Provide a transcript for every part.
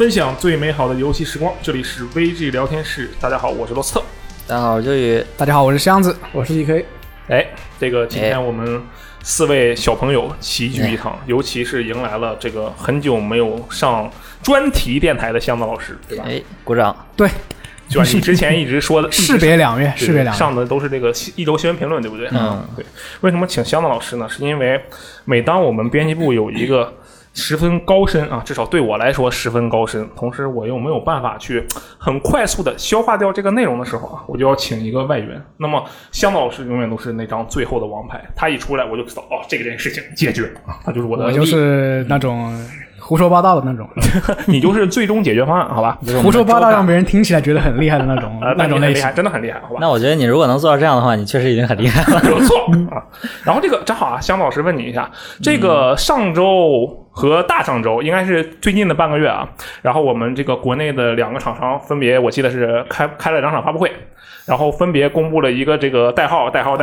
分享最美好的游戏时光，这里是 VG 聊天室。大家好，我是罗斯特。 大家好，我是周宇。 大家好，我是箱子， 我是 EK。 这个今天我们4位小朋友齐聚一堂，尤其是迎来了这个很久没有上专题电台的箱子老师，对吧？ 鼓掌。 对， 就按你之前一直说的， 士别两月，士别两月上的都是这个一周新闻评论，对不对？对。为什么请箱子老师呢？是因为每当我们编辑部有一个十分高深啊，至少对我来说十分高深，同时我又没有办法去很快速的消化掉这个内容的时候啊，我就要请一个外援。那么箱子老师永远都是那张最后的王牌，他一出来我就知道这件事情解决啊，他就是我就是那种胡说八道的那种你就是最终解决方案，好吧？ 胡说八道让别人听起来觉得很厉害的那种那种类型， 真的很厉害，好吧？ 那我觉得你如果能做到这样的话，你确实已经很厉害了。 没有错啊。然后这个正好啊，箱子老师问你一下，这个上周和大上周应该是最近的半个月啊，然后我们这个国内的2个厂商分别，我记得是开了2场发布会，然后分别公布了一个这个代号和代号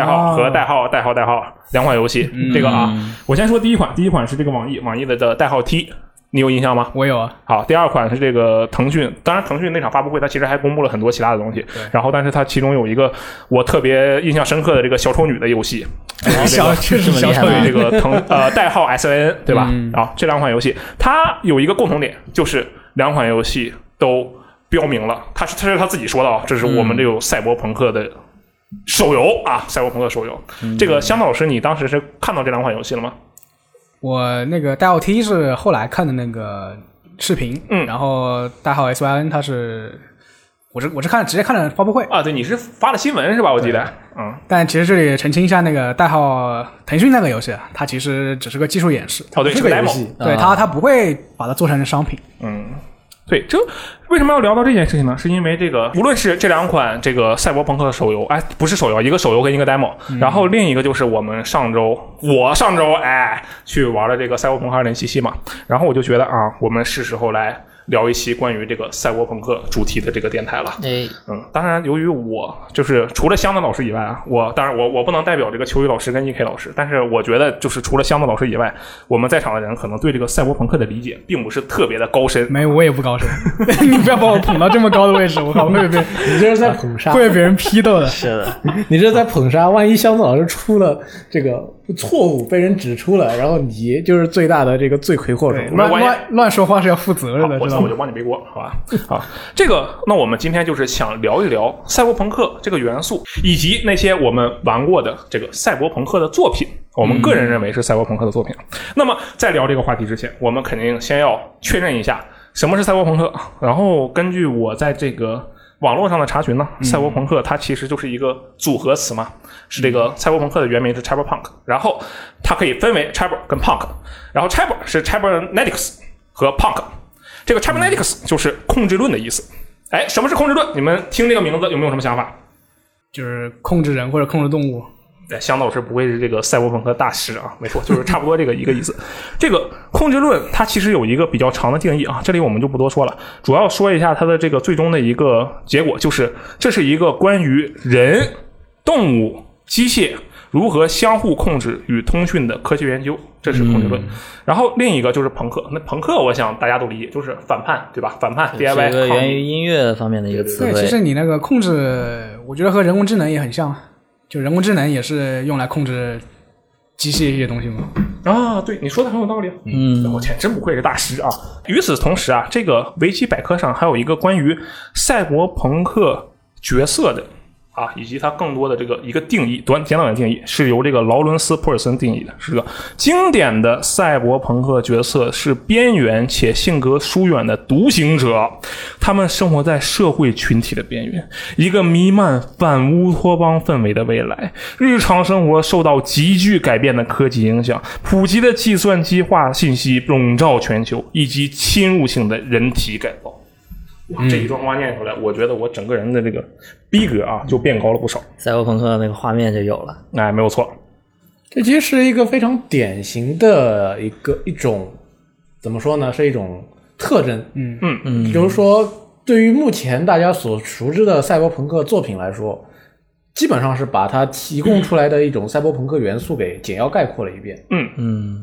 2款游戏。这个啊，我先说第一款是这个网易的代号 T。你有印象吗？ 我有啊。 好，第2款是这个腾讯，当然腾讯那场发布会它其实还公布了很多其他的东西，然后但是它其中有一个我特别印象深刻的这个小丑女的游戏， 确实小丑女这个代号 SN 对吧？啊，这2款游戏它有一个共同点，就是2款游戏都标明了，他是他自己说的啊，这是我们这个赛博朋克的手游啊，赛博朋克手游。这个箱子老师，你当时是看到这2款游戏了吗？ 我那个代号 T 是后来看的那个视频，然后代号 SYN 它是我是直接看了发布会啊，对，你是发了新闻是吧？我记得， 但其实这里澄清一下，那个代号腾讯那个游戏啊，它其实只是个技术演示， 对，是个游戏，对，它不会把它做成商品，对， 这为什么要聊到这件事情呢？是因为这个，无论是这2款这个赛博朋克的手游，不是手游，一个手游跟一个 demo，然后另一个就是我上周去玩了这个赛博朋克2077嘛，然后我就觉得啊，我们是时候来聊一期关于这个赛博朋克主题的这个电台了。当然，由于我就是除了箱子老师以外啊，当然我不能代表这个秋雨老师跟 EK 老师，但是我觉得就是除了箱子老师以外，我们在场的人可能对这个赛博朋克的理解并不是特别的高深。 没，我也不高深，你不要把我捧到这么高的位置，我靠，会被你这是在捧杀， 会被别人批斗的。 是的， 你这是在捧杀，万一箱子老师出了这个错误被人指出了，然后你就是最大的这个罪魁祸首， 乱说话是要负责任的，知道吗？ 我就帮你背锅，好吧？好，这个，那我们今天就是想聊一聊赛博朋克这个元素，以及那些我们玩过的这个赛博朋克的作品，我们个人认为是赛博朋克的作品。那么在聊这个话题之前，我们肯定先要确认一下什么是赛博朋克，然后根据我在这个网络上的查询呢，赛博朋克它其实就是一个组合词嘛，是这个赛博朋克的原名是 Cyberpunk， 然后它可以分为 Cyber 跟 Punk， 然后 Cyber 是 Cybernetics 和 Punk， 这个 Cybernetics 就是控制论的意思。什么是控制论？你们听这个名字有没有什么想法？ 就是控制人或者控制动物。 箱子老师不会是这个赛博朋克大师啊，没错，就是差不多这个一个意思。这个控制论它其实有一个比较长的定义啊，这里我们就不多说了，主要说一下它的这个最终的一个结果，就是这是一个关于人、动物、机械如何相互控制与通讯的科学研究，这是控制论。然后另一个就是朋克，那朋克我想大家都理解，就是反叛，对吧？反叛 DIY 是一个源于音乐方面的一个词汇。 对，其实你那个控制，我觉得和人工智能也很像，就人工智能也是用来控制机械一些东西吗？ 啊，对，你说的很有道理。我天，真不愧是大师啊！与此同时啊，这个维基百科上还有一个关于赛博朋克角色的以及它更多的这个一个定义，简短的定义是由这个劳伦斯·珀尔森定义的，是个经典的赛博朋克角色是边缘且性格疏远的独行者，他们生活在社会群体的边缘，一个弥漫反乌托邦氛围的未来，日常生活受到急剧改变的科技影响，普及的计算机化信息笼罩全球，以及侵入性的人体改造。这一段话念出来，我觉得我整个人的这个逼格就变高了不少。 赛博朋克那个画面就有了， 没有错。 这其实是一个非常典型的一种怎么说呢？是一种特征。比如说，对于目前大家所熟知的赛博朋克作品来说，基本上是把它提供出来的一种赛博朋克元素给简要概括了一遍。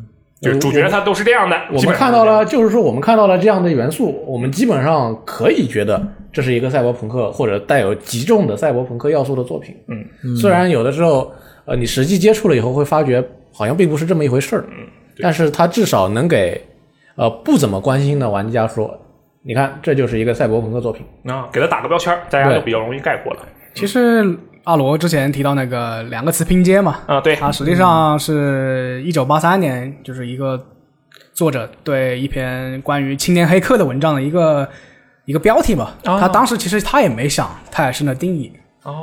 就是主角他都是这样的。 我们看到了，就是说我们看到了这样的元素，我们基本上可以觉得这是一个赛博朋克或者带有极重的赛博朋克要素的作品。虽然有的时候你实际接触了以后会发觉好像并不是这么一回事儿，但是它至少能给不怎么关心的玩家说，你看这就是一个赛博朋克作品啊，给他打个标签，大家就比较容易概括了。 其实阿罗之前提到那个两个词拼接嘛， 对， 它实际上是1983年，就是一个作者对一篇关于青年黑客的文章的一个标题吧。他当时其实他也没想太深的定义。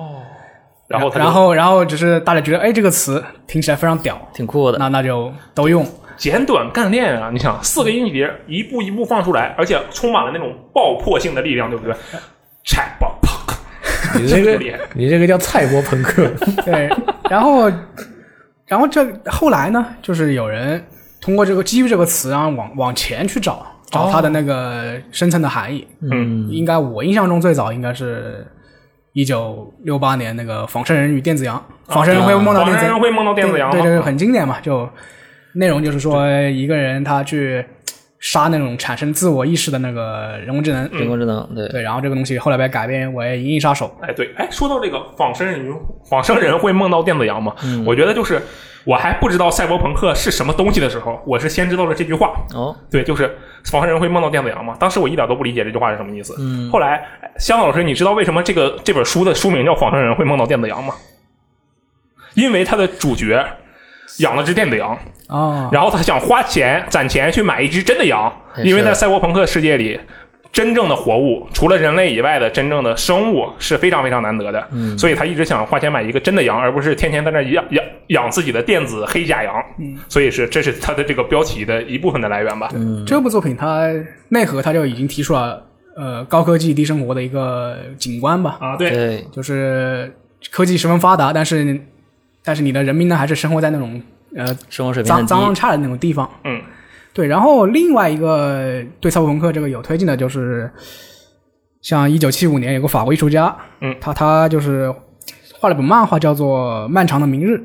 然后只是大家觉得，这个词听起来非常屌， 挺酷的， 那就都用。 简短干练啊！你想4个音节一步一步放出来，而且充满了那种爆破性的力量，对不对？菜爆朋克， 你这个叫赛博朋克。 对，然后这后来呢，就是有人通过这个基于这个词，然后往前去找它的那个深层的含义。应该我印象中最早应该是1968年那个仿生人与电子羊，仿生人会梦到电子羊，对，这个很经典嘛，就内容就是说一个人他去杀那种产生自我意识的那个人工智能，对，然后这个东西后来被改编为银翼杀手。 说到这个仿生人会梦到电子羊嘛，我觉得就是我还不知道赛博朋克是什么东西的时候，我是先知道了这句话。对，就是仿生人会梦到电子羊嘛。当时我一点都不理解这句话是什么意思。后来香老师，你知道为什么这本书的书名叫仿生人会梦到电子羊吗？因为它的主角养了只电子羊然后他想花钱攒钱去买一只真的羊，因为在赛博朋克世界里，真正的活物除了人类以外的真正的生物是非常非常难得的，所以他一直想花钱买一个真的羊，而不是天天在那养自己的电子黑甲羊。所以这是他的这个标题的一部分的来源吧。 这部作品它内核它就已经提出了高科技低生活的一个景观吧。 对， 就是科技十分发达，但是你的人民呢还是生活在那种生活水平脏乱差的那种地方。对。然后另外一个对赛博朋克这个有推进的就是像1975年有个法国艺术家，他就是画了本漫画叫做《漫长的明日》。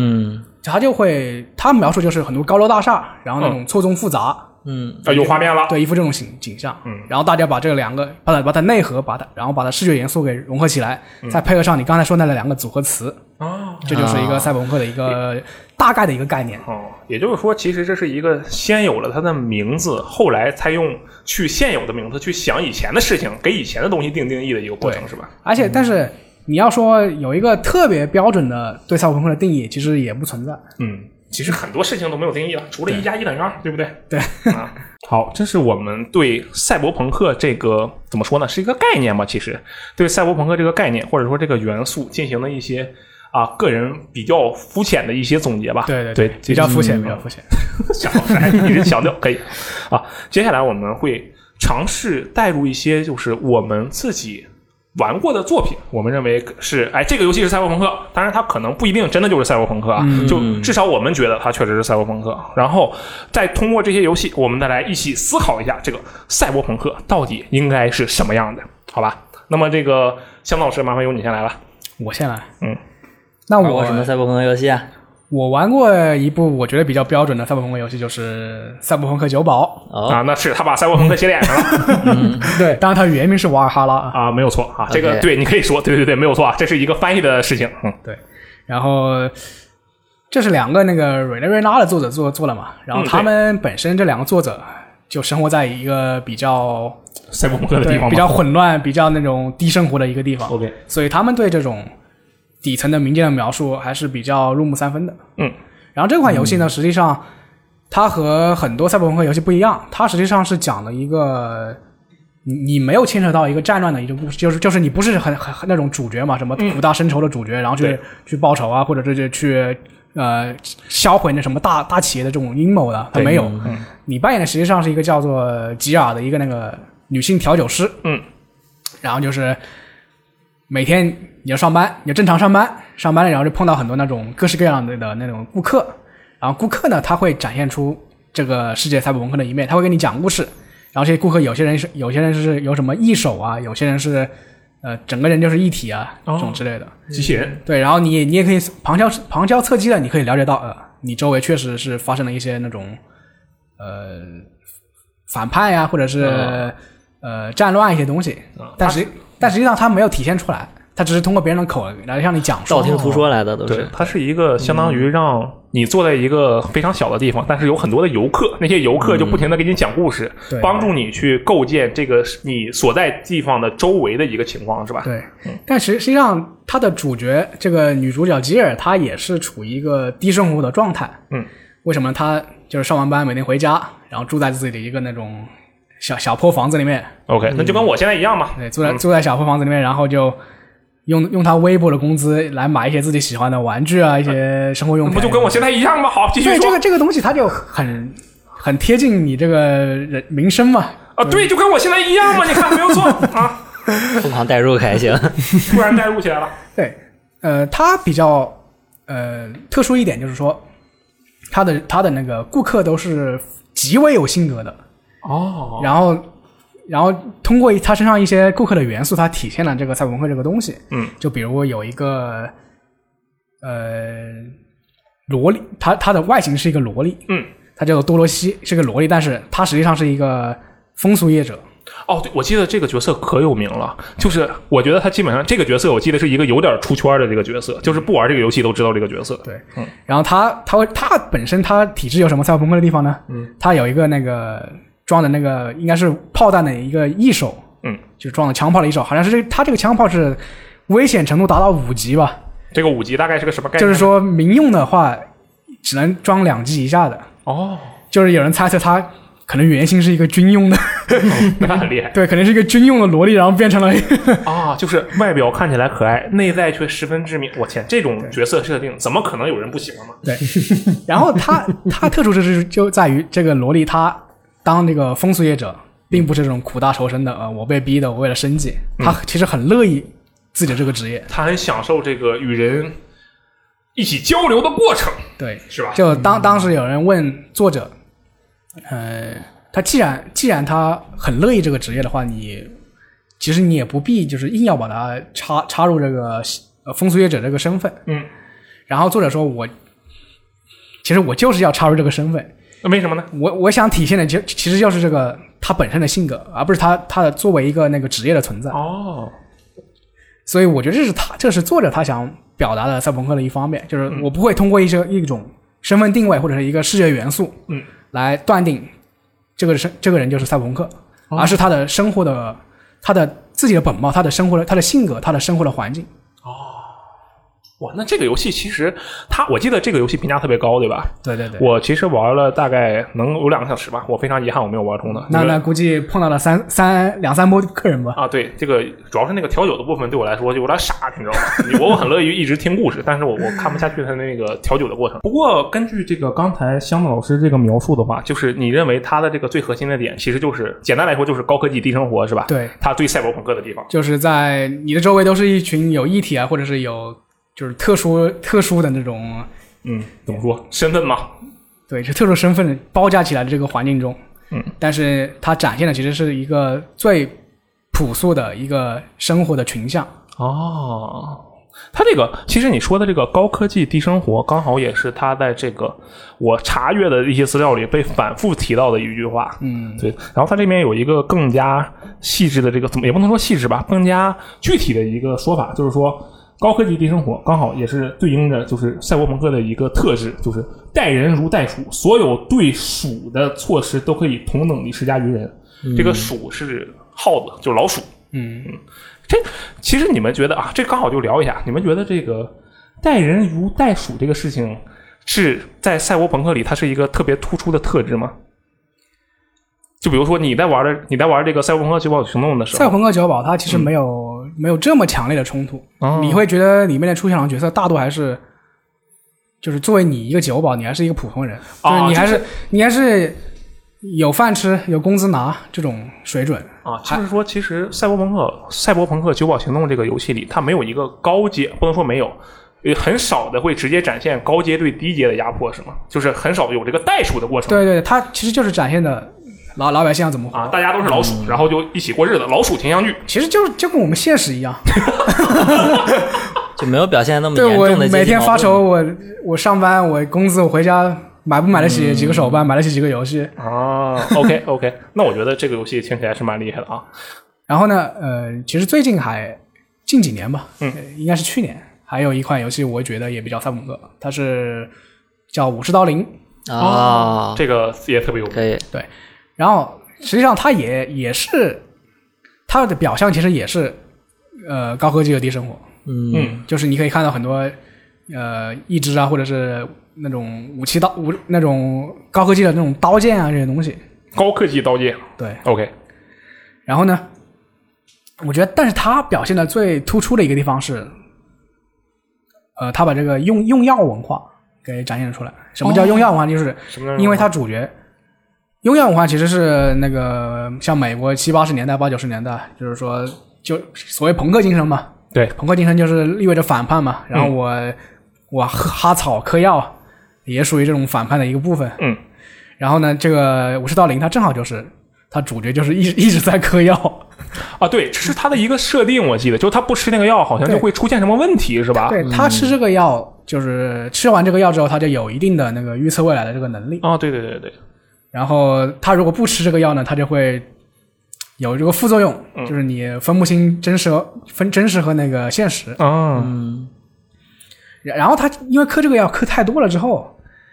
他描述就是很多高楼大厦，然后那种错综复杂。 有画面了， 对，一幅这种景象。然后大家把这两个把它内核然后把它视觉元素给融合起来，再配合上你刚才说那两个组合词。这就是一个赛博朋克的一个大概的一个概念。 也就是说其实这是一个先有了它的名字，后来才用去现有的名字去想以前的事情，给以前的东西定义的一个过程，是吧？ 而且但是你要说有一个特别标准的对赛博朋克的定义，其实也不存在。 其实很多事情都没有定义了，除了1+1等于2，对不对？ 对。 好，这是我们对赛博朋克这个怎么说呢，是一个概念吧。其实对赛博朋克这个概念或者说这个元素进行了一些个人比较肤浅的一些总结吧。 对，比较肤浅，比较肤浅。 小老师还一直强调可以接下来我们会尝试带入一些就是我们自己玩过的作品，我们认为是这个游戏是赛博朋克，当然它可能不一定真的就是赛博朋克就至少我们觉得它确实是赛博朋克。然后再通过这些游戏，我们再来一起思考一下这个赛博朋克到底应该是什么样的，好吧？那么这个香老师，麻烦由你先来吧。 我先来。那我什么赛博朋克游戏啊？ 我玩过一部我觉得比较标准的赛博朋克游戏，就是赛博朋克9堡。 那是他把赛博朋克写脸上了。 对，当然它原名是瓦尔哈拉没有错这个对，你可以说对，没有错这是一个翻译的事情。 对。然后这是两个那个瑞内瑞拉的作者做的嘛，然后他们本身这两个作者就生活在一个比较赛博朋克的地方， 比较混乱、比较那种低生活的一个地方。 OK， 所以他们对这种底层的民间的描述还是比较入木三分的。然后这款游戏呢，实际上它和很多赛博朋克游戏不一样，它实际上是讲了一个你没有牵扯到一个战乱的一个故事，就是你不是很那种主角嘛，什么苦大深仇的主角，然后去报仇或者是去销毁那什么大企业的这种阴谋的，它没有。你扮演的实际上是一个叫做吉尔的一个那个女性调酒师。然后就是每天你要上班，你要正常上班了，然后就碰到很多那种各式各样的那种顾客，然后顾客呢，他会展现出这个世界赛博朋克的一面，他会跟你讲故事。然后这些顾客有些人是有什么异手有些人是整个人就是一体这种之类的机器人。 对，然后你也可以旁敲侧击的，你可以了解到你周围确实是发生了一些那种反叛呀，或者是战乱一些东西，但实际上他没有体现出来，他只是通过别人的口来向你讲述， 道听途说来的都是。 对，它是一个相当于让你坐在一个非常小的地方，但是有很多的游客，那些游客就不停的给你讲故事，帮助你去构建这个你所在地方的周围的一个情况，是吧？ 对，但实际上他的主角这个女主角吉尔，她也是处于一个低生活的状态。为什么她就是上完班每天回家，然后住在自己的一个那种小破房子里面 ？OK， 那就跟我现在一样嘛。 对，住在小破房子里面，然后就用他微薄的工资来买一些自己喜欢的玩具啊，一些生活用品， 不就跟我现在一样吗？好，继续说。 对，这个东西它就很贴近你这个民生嘛。 啊，对，就跟我现在一样嘛，你看没有错啊。 疯狂代入还行， 突然代入起来了。 对，它比较特殊一点就是说，他的那个顾客都是极为有性格的哦， 然后通过他身上一些顾客的元素，它体现了这个赛博朋克这个东西。就比如有一个萝莉，她的外形是一个萝莉，她叫做多罗西，是个萝莉，但是她实际上是一个风俗业者。 哦，对，我记得这个角色可有名了，就是我觉得他基本上这个角色，我记得是一个有点出圈的这个角色，就是不玩这个游戏都知道这个角色。 对，然后他本身他体质有什么赛博朋克的地方呢？他有一个那个装的那个应该是炮弹的一个一手，就是装的枪炮的一手，好像是他这个枪炮是危险程度达到5级吧？ 这个5级大概是个什么概念？ 就是说民用的话只能装2级以下的。 哦， 就是有人猜测他可能原型是一个军用的， 那很厉害。 对，可能是一个军用的萝莉，然后变成了啊，就是外表看起来可爱，内在却十分致命。我天，这种角色设定怎么可能有人不喜欢嘛？ 对。然后他特殊之处就在于这个萝莉，她当这个风俗业者，并不是这种苦大仇深的我被逼的，我为了生计，她其实很乐意自己的这个职业， 她很享受这个与人一起交流的过程， 对， 是吧？ 就当时有人问作者。他既然他很乐意这个职业的话，其实你也不必就是硬要把他插入这个风俗业者这个身份。然后作者说其实我就是要插入这个身份。 那为什么呢？ 我想体现的其实就是这个他本身的性格，而不是他的作为一个那个职业的存在。 哦， 所以我觉得这是作者他想表达的赛博朋克的一方面，就是我不会通过一种身份定位或者是一个视觉元素，来断定这个人就是赛博朋克，而是他的生活的他的自己的本貌，他的生活的他的性格，他的生活的环境。 哇，那这个游戏其实我记得这个游戏评价特别高，对吧？ 对对对。 我其实玩了大概能有2个小时吧，我非常遗憾我没有玩通的。 那估计碰到了两三波客人吧。 啊，对，这个主要是那个调酒的部分对我来说就有点傻，你知道吗？我很乐于一直听故事，但是我看不下去他那个调酒的过程。不过根据这个刚才香子老师这个描述的话，就是你认为他的这个最核心的点，其实就是简单来说就是高科技低生活，是吧？ 对， 他最赛博朋克的地方， 就是在你的周围都是一群有议题啊，或者是有。就是特殊的那种， 怎么说身份嘛？ 对，是特殊身份包夹起来的这个环境中，但是它展现的其实是一个最朴素的一个生活的群像。 哦，它这个其实你说的这个高科技低生活，刚好也是他在这个我查阅的一些资料里被反复提到的一句话。对。然后它这边有一个更加细致的这个，怎么也不能说细致吧，更加具体的一个说法，就是说。高科技低生活刚好也是对应着就是赛博朋克的一个特质，就是待人如待鼠，所有对鼠的措施都可以同等地施加于人。这个鼠是耗子，就是老鼠。这其实你们觉得啊，这刚好就聊一下，你们觉得这个待人如待鼠这个事情是在赛博朋克里它是一个特别突出的特质吗？就比如说你在玩这个赛博朋克九堡行动的时候， 赛博朋克九堡它其实没有这么强烈的冲突。你会觉得里面的出现的角色大多还是就是作为你一个九堡，你还是一个普通人，就是你还是有饭吃有工资拿这种水准啊。就是说其实赛博朋克九堡行动这个游戏里它没有一个高阶，不能说没有，很少的会直接展现高阶对低阶的压迫，是吗？就是很少有这个代数的过程。 对对，它其实就是展现的老百姓要怎么活啊？大家都是老鼠，然后就一起过日子，老鼠群像剧， 其实就跟我们现实一样， 就没有表现那么严重的。 对，我每天发愁，我上班，我工资，我回家买不买得起几个手办，买得起几个游戏啊？OK， 那我觉得这个游戏听起来是蛮厉害的啊。 然后呢，其实近几年吧，应该是去年，还有一款游戏我觉得也比较赛博朋克，它是叫武士刀灵啊， 这个也特别有名。 对，然后实际上它也是它的表象，其实也是高科技的低生活。就是你可以看到很多义肢啊，或者是那种那种高科技的那种刀剑啊这些东西。 高科技刀剑。 对 ，OK。 然后呢，我觉得，但是它表现的最突出的一个地方是，它把这个用药文化给展现出来。什么叫用药文化？就是因为它主角用药文化其实是那个像美国70、80年代、80、90年代，就是说就所谓朋克精神嘛。 对， 朋克精神就是意味着反叛嘛。然后我哈草嗑药也属于这种反叛的一个部分。然后呢，这个武士道灵它正好就是他主角就是一直在嗑药啊。对，这是他的一个设定，我记得就是他不吃那个药好像就会出现什么问题，是吧？ 对，他吃这个药就是吃完这个药之后他就有一定的那个预测未来的这个能力。 对。 然后他如果不吃这个药呢，他就会有这个副作用，就是你分不清真实和那个现实。然后他因为嗑这个药嗑太多了之后，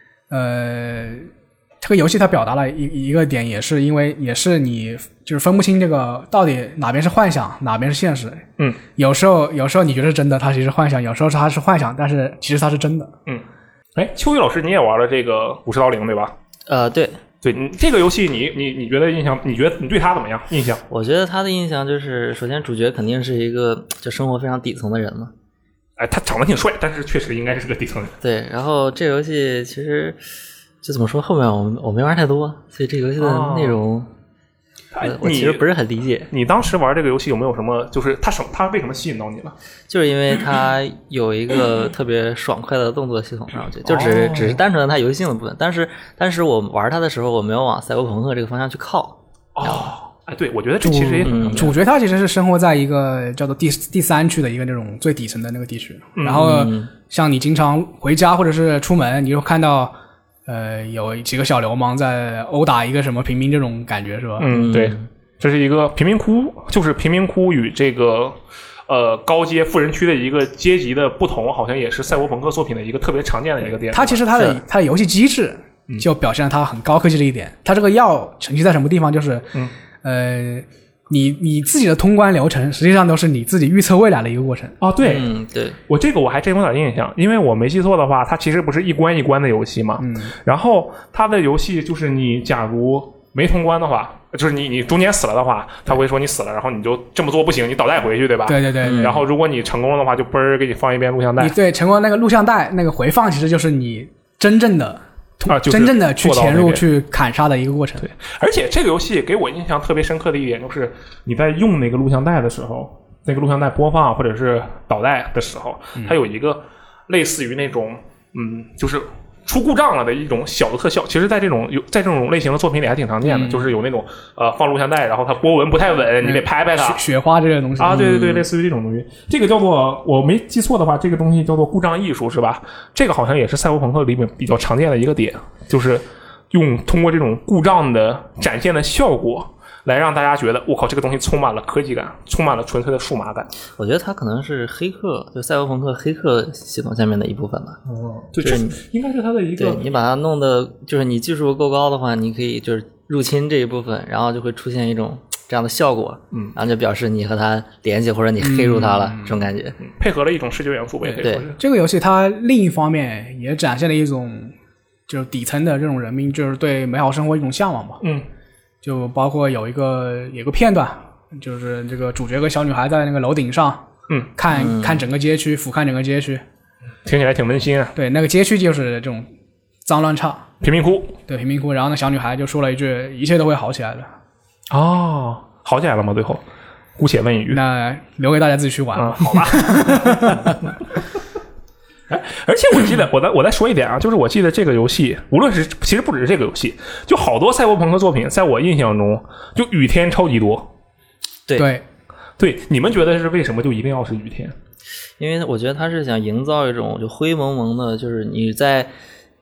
这个游戏它表达了一个点，也是因为也是你就是分不清这个到底哪边是幻想，哪边是现实。有时候你觉得是真的，它其实是幻想；有时候它是幻想，但是其实它是真的。 秋雨老师你也玩了这个武士刀灵对吧？ 对。 对，这个游戏你觉得印象？你觉得你对他怎么样？印象？ 我觉得他的印象就是，首先主角肯定是一个就生活非常底层的人嘛。 他长得挺帅，但是确实应该是个底层人。 对，然后这个游戏其实就怎么说，后面我没玩太多，所以这个游戏的内容我其实不是很理解。 你当时玩这个游戏有没有什么？就是它为什么吸引到你了？ 就是因为它有一个特别爽快的动作系统，就只是单纯的它游戏性的部分。但是我玩它的时候，我没有往赛博朋克这个方向去靠。 对，我觉得这其实也挺主角他其实是生活在一个叫做第3区的一个那种最底层的那个地区。然后像你经常回家或者是出门，你就看到有几个小流氓在殴打一个什么平民，这种感觉是吧？ 对，这是一个贫民窟，就是贫民窟与这个高阶富人区的一个阶级的不同，好像也是赛博朋克作品的一一个特别常见的一个点。 它其实它的游戏机制就表现了它很高科技的一点。它这个药沉积在什么地方？就是你自己的通关流程实际上都是你自己预测未来的一个过程。 对， 对， 我还真有点印象，因为我没记错的话，它其实不是一关一关的游戏嘛。然后它的游戏就是你假如没通关的话，就是你中间死了的话，他会说你死了，然后你就这么做不行，你倒带回去，对吧？ 对。 然后如果你成功的话，就嘣儿给你放一遍录像带。 对，成功那个录像带那个回放，其实就是你真正的去潜入去砍杀的一个过程。 对，而且这个游戏给我印象特别深刻的一点就是，你在用那个录像带的时候，那个录像带播放或者是导带的时候，它有一个类似于那种就是出故障了的一种小的特效。其实在这种类型的作品里还挺常见的，就是有那种放录像带，然后它波纹不太稳，你得拍拍它。 雪花这个东西对，类似于这种东西。这个叫做，我没记错的话，这个东西叫做故障艺术，是吧？这个好像也是赛博朋克里面比较常见的一个点，就是通过这种故障的展现的效果来让大家觉得我靠，这个东西充满了科技感，充满了纯粹的数码感。 我觉得它可能是黑客，就赛博朋克黑客系统下面的一部分吧。 就是应该是它的一个。 对，你把它弄的，就是你技术够高的话，你可以就是入侵这一部分，然后就会出现一种这样的效果。然后就表示你和它联系，或者你黑入它了，这种感觉。 配合了一种视觉元素呗。 对， 这个游戏它另一方面也展现了一种就是底层的这种人民，就是对美好生活一种向往吧。就包括有一个片段，就是这个主角和小女孩在那个楼顶上，看整个街区，俯瞰整个街区， 听起来挺温馨啊。 对，那个街区就是这种脏乱差， 贫民窟。 对，贫民窟。然后那小女孩就说了一句：“一切都会好起来的。” 好起来了吗？最后，姑且问一句。 那留给大家自己去玩。 好吧。而且我记得，我再说一点啊，就是我记得这个游戏，无论是其实不只是这个游戏，就好多赛博朋克作品，在我印象中就雨天超级多。 对， 你们觉得是为什么就一定要是雨天？ 因为我觉得他是想营造一种就灰蒙蒙的，就是你在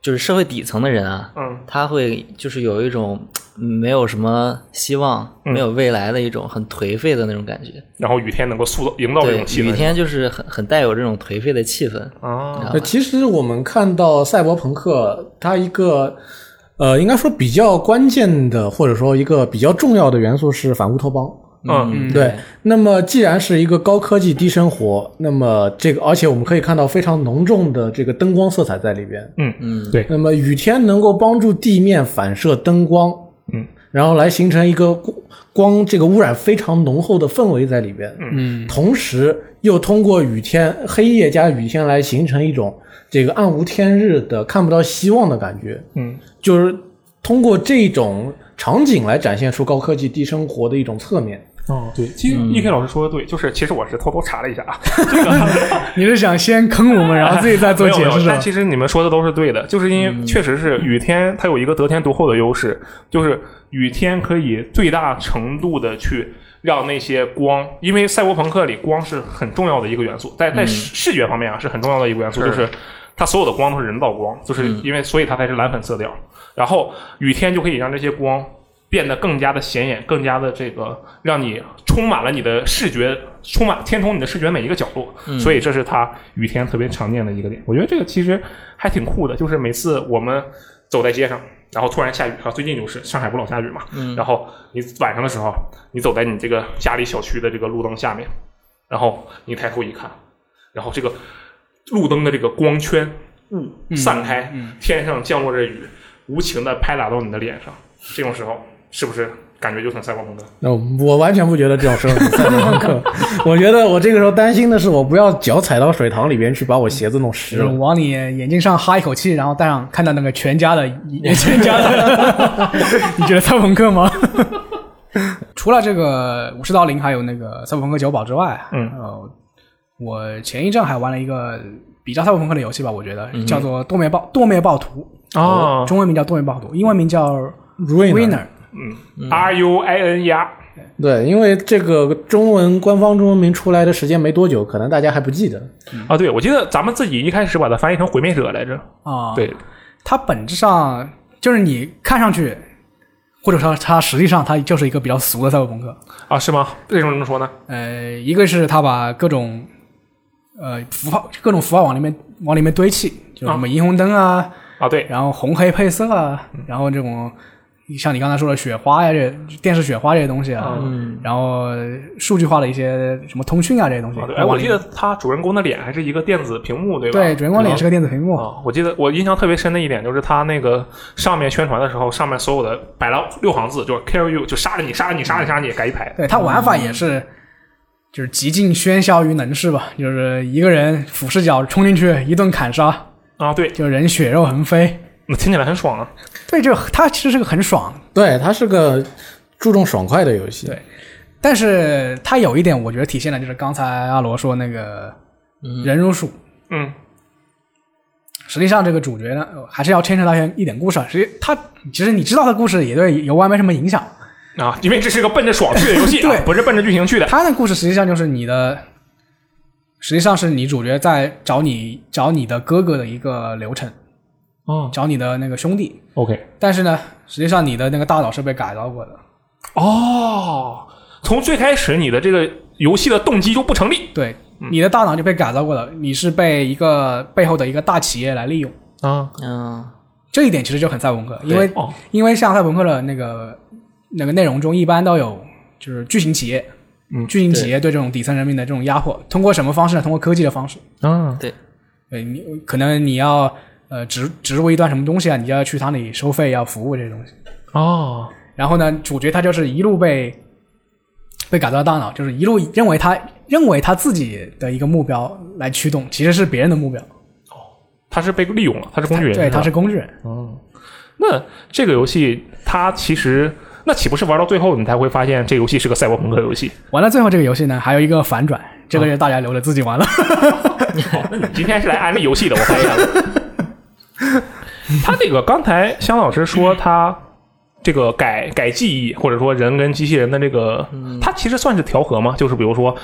就是社会底层的人啊，他会就是有一种没有什么希望、没有未来的一种很颓废的那种感觉。 然后雨天能够营造这种气氛， 雨天就是很带有这种颓废的气氛啊。 其实我们看到赛博朋克，它一个应该说比较关键的，或者说一个比较重要的元素是反乌托邦。对。那么既然是一个高科技低生活，那么这个而且我们可以看到非常浓重的这个灯光色彩在里边。 对。 那么雨天能够帮助地面反射灯光，然后来形成一个光这个污染非常浓厚的氛围在里边。同时又通过雨天黑夜加雨天来形成一种这个暗无天日的看不到希望的感觉。就是通过这种场景来展现出高科技低生活的一种侧面。 对，其实EK老师说的对，就是其实我是偷偷查了一下啊， 你是想先坑我们，然后自己再做解释是吧？ 但其实你们说的都是对的，就是因为确实是雨天它有一个得天独厚的优势，就是雨天可以最大程度的去让那些光，因为赛博朋克里光是很重要的一个元素，在视觉方面啊是很重要的一个元素，就是它所有的光都是人造光，就是因为所以它才是蓝粉色调，然后雨天就可以让这些光变得更加的显眼，更加的这个让你充满了你的视觉，填充你的视觉每一个角落。所以这是它雨天特别常见的一个点。我觉得这个其实还挺酷的，就是每次我们走在街上，然后突然下雨，最近就是上海不老下雨嘛，然后你晚上的时候，你走在你这个家里小区的这个路灯下面，然后你抬头一看，然后这个路灯的这个光圈散开，天上降落着雨，无情的拍打到你的脸上，这种时候是不是感觉就很赛博朋克？ 我完全不觉得这种时候很赛博朋克。我觉得我这个时候担心的是，我不要脚踩到水塘里边去，把我鞋子弄湿了。 往你眼睛上哈一口气，然后戴上，看到那个全家的，你觉得赛博朋克吗？除了这个武士道林还有那个赛博朋克9堡之外，我前一阵还玩了一个比较赛博朋克的游戏吧，我觉得叫做堕灭暴徒。中文名叫堕灭暴徒，英文名叫 Ruiner。RUIN。 对，因为这个官方中文名出来的时间没多久，可能大家还不记得。 对，我记得咱们自己一开始把它翻译成毁灭者来着。对， 它本质上就是你看上去，或者说它实际上它就是一个比较俗的赛博朋克。 是吗？为什么这么说呢？ 一个是它把各种符号往里面堆砌，就什么霓虹灯对， 然后红黑配色然后这种像你刚才说的雪花呀，电视雪花这些东西然后数据化的一些什么通讯这些东西。 我记得他主人公的脸还是一个电子屏幕，对吧？ 对，主人公脸是个电子屏幕。 我记得我印象特别深的一点就是他那个上面宣传的时候，上面所有的摆了6行字，就是 kill you， 就杀了你，改一排。 对，他玩法也是就是极尽喧嚣于能事吧，就是一个人俯视角冲进去一顿砍杀对， 就人血肉横飞。 那听起来很爽啊。 对，它其实是个很爽， 对，它是个注重爽快的游戏。 对，但是它有一点我觉得体现的就是刚才阿罗说那个人如鼠。实际上这个主角呢还是要牵扯到一点故事。其实你知道他故事也对游玩没什么影响因为这是个奔着爽去的游戏对， 不是奔着剧情去的。 他的故事实际上就是实际上是你主角在找你的哥哥的一个流程。找你的那个兄弟 OK， 但是呢实际上你的那个大脑是被改造过的。 从最开始你的这个游戏的动机就不成立。 对，你的大脑就被改造过了，你是被一个背后的一个大企业来利用这一点其实就很赛博朋克。因为像赛博朋克的那个内容中一般都有就是巨型企业对这种底层人民的这种压迫，通过什么方式呢？通过科技的方式。 对， 你可能你要植入一段什么东西你就要去他那里收费，要服务这些东西。然后呢，主角他就是一路被改造大脑，就是一路认为他自己的一个目标来驱动，其实是别人的目标。 他是被利用了，他是工具人。 对，他是工具人。 那这个游戏它其实那岂不是玩到最后你才会发现这个游戏是个赛博朋克游戏？ 玩到最后这个游戏呢还有一个反转，这个就大家留着自己玩了。 那你今天是来安利游戏的，我发现了。他这个刚才香老师说他这个改记忆，或者说人跟机器人的这个，它其实算是调和吗？就是比如说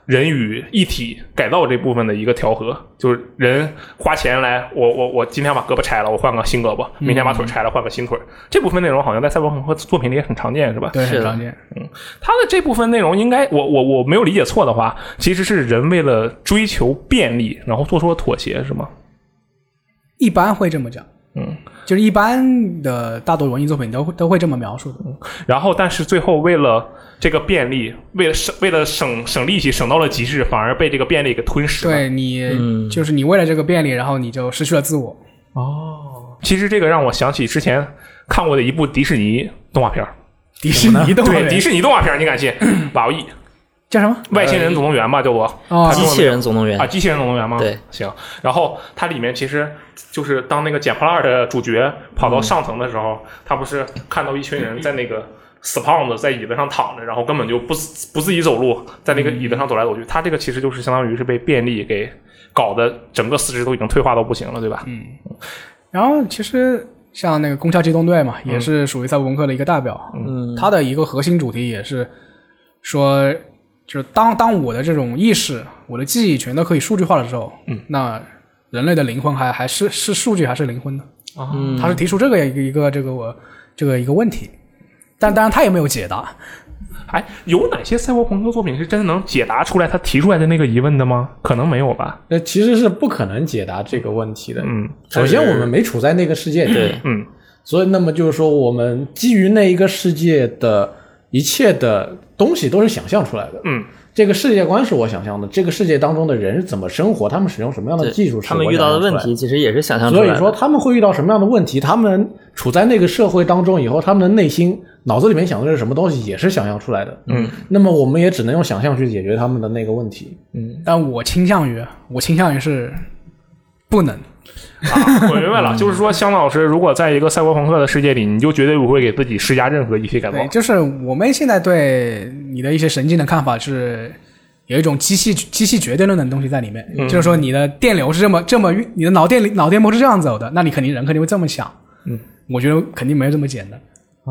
人与一体改造这部分的一个调和，就是人花钱来，我今天把胳膊拆了，我换个新胳膊，明天把腿拆了，换个新腿。这部分内容好像在赛博朋克作品里也很常见，是吧？ 对，很常见。 它的这部分内容应该，我没有理解错的话，其实是人为了追求便利，然后做出了妥协，是吗？ 一般会这么讲。就是一般的大多文艺作品都会这么描述的。 然后，但是最后为了这个便利，为了省力气，省到了极致，反而被这个便利给吞噬了。 对你，就是你为了这个便利，然后你就失去了自我。 其实这个让我想起之前看过的一部迪士尼动画片。 迪士尼动画片？ 对，迪士尼动画片，你敢信？瓦亿。 叫什么？ 外星人总动员吧，叫做机器人总动员啊，机器人总动员吗？ 对， 行。然后它里面其实就是当那个捡破烂的主角跑到上层的时候，他不是看到一群人在那个死胖子在椅子上躺着，然后根本就不自己走路，在那个椅子上走来走去。他这个其实就是相当于是被便利给搞得整个四肢都已经退化到不行了，对吧？ 然后其实像那个攻壳机动队嘛，也是属于赛博朋克的一个代表。它的一个核心主题也是说，就是当我的这种意识、我的记忆全都可以数据化的时候，那人类的灵魂还是数据还是灵魂呢？他是提出这个一个问题，但当然他也没有解答。 有哪些赛博朋克作品是真的能解答出来他提出来的那个疑问的吗？可能没有吧。 那其实是不可能解答这个问题的。首先我们没处在那个世界里，所以那么就是说，我们基于那一个世界的一切的东西都是想象出来的。这个世界观是我想象的，这个世界当中的人是怎么生活，他们使用什么样的技术， 他们遇到的问题其实也是想象出来的。 所以说他们会遇到什么样的问题，他们处在那个社会当中以后，他们的内心脑子里面想的是什么东西，也是想象出来的。那么我们也只能用想象去解决他们的那个问题。 但我倾向于是不能。 我明白了，就是说香老师如果在一个赛博朋克的世界里，你就绝对不会给自己施加任何仪器改造。 对，就是我们现在对你的一些神经的看法是有一种机器绝对论的东西在里面，就是说你的电流是这么你的脑电波是这样走的，那你人肯定会这么想。我觉得肯定没有这么简单。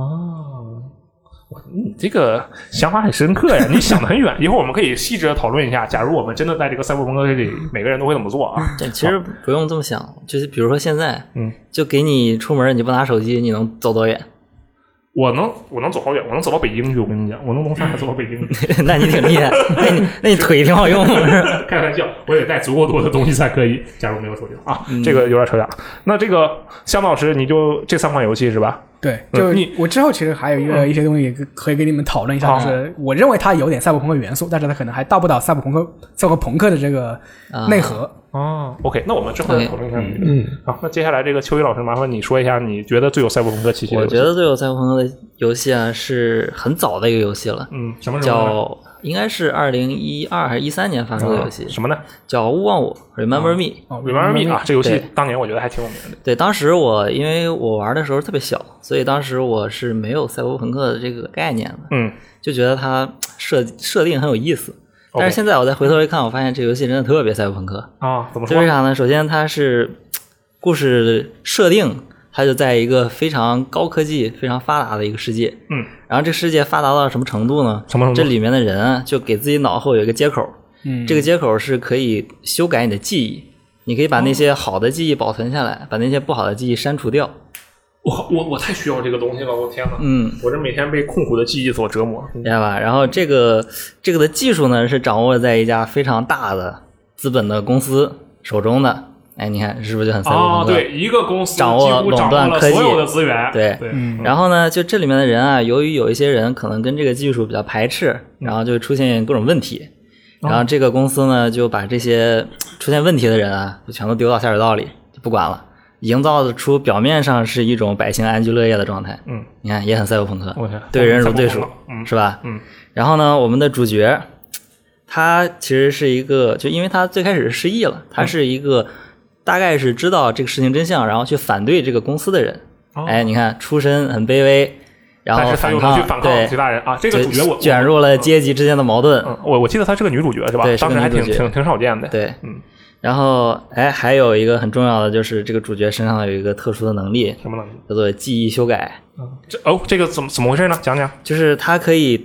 你这个想法很深刻呀，你想得很远。一会儿我们可以细致的讨论一下，假如我们真的在这个赛博朋克里，每个人都会怎么做啊？ 对，其实不用这么想，就是比如说现在，就给你出门，你不拿手机，你能走多远？ 我能走好远，我能走到北京去。我跟你讲，我能从上海走到北京。 那你挺厉害，那你腿挺好用。 开玩笑，我得带足够多的东西才可以。假如没有手机啊，这个有点扯远。那这个香老师，你就这3款游戏是吧？ 对，就我之后其实还有一些东西可以跟你们讨论一下，就是我认为它有点赛博朋克元素，但是它可能还到不到赛博朋克的这个内核。 OK， 那我们之后再讨论一下。好，那接下来这个秋雨老师，麻烦你说一下你觉得最有赛博朋克气息的游戏。 我觉得最有赛博朋克的游戏啊，是很早的一个游戏了。 什么叫应该是2012还是13年发售的游戏。 什么呢？ 叫勿忘我 Remember Me。Remember Me 啊，这游戏当年我觉得还挺有名的。 对，当时因为我玩的时候特别小，所以当时我是没有赛博朋克的这个概念的。就觉得它设定很有意思。但是现在我再回头一看，我发现这游戏真的特别赛博朋克啊！怎么说？ 为啥呢？首先它是故事设定，它就在一个非常高科技、非常发达的一个世界。然后这世界发达到什么程度呢？ 什么程度？ 这里面的人啊，就给自己脑后有一个接口。这个接口是可以修改你的记忆，你可以把那些好的记忆保存下来，把那些不好的记忆删除掉。 我太需要这个东西了，我天哪！我这每天被痛苦的记忆所折磨， 明白吧？然后这个的技术呢，是掌握在一家非常大的资本的公司手中的。你看是不是就很赛博朋克？ 对，一个公司掌握垄断科技所有的资源。 对。然后呢，就这里面的人啊，由于有一些人可能跟这个技术比较排斥，然后就出现各种问题。然后这个公司呢，就把这些出现问题的人啊，就全都丢到下水道里，就不管了。营造出表面上是一种百姓安居乐业的状态。你看也很赛博朋克，对人如对属，是吧？然后呢，我们的主角他其实是一个，就因为他最开始是失忆了，他是一个大概是知道这个事情真相，然后去反对这个公司的人。你看出身很卑微，然后反抗其他人啊。这个主角我卷入了阶级之间的矛盾。 我记得他是个女主角是吧？ 对， 当时还挺少见的。 对，然后还有一个很重要的就是这个主角身上有一个特殊的能力。 什么能力？ 叫做记忆修改。 这个怎么回事呢？讲讲。 就是他可以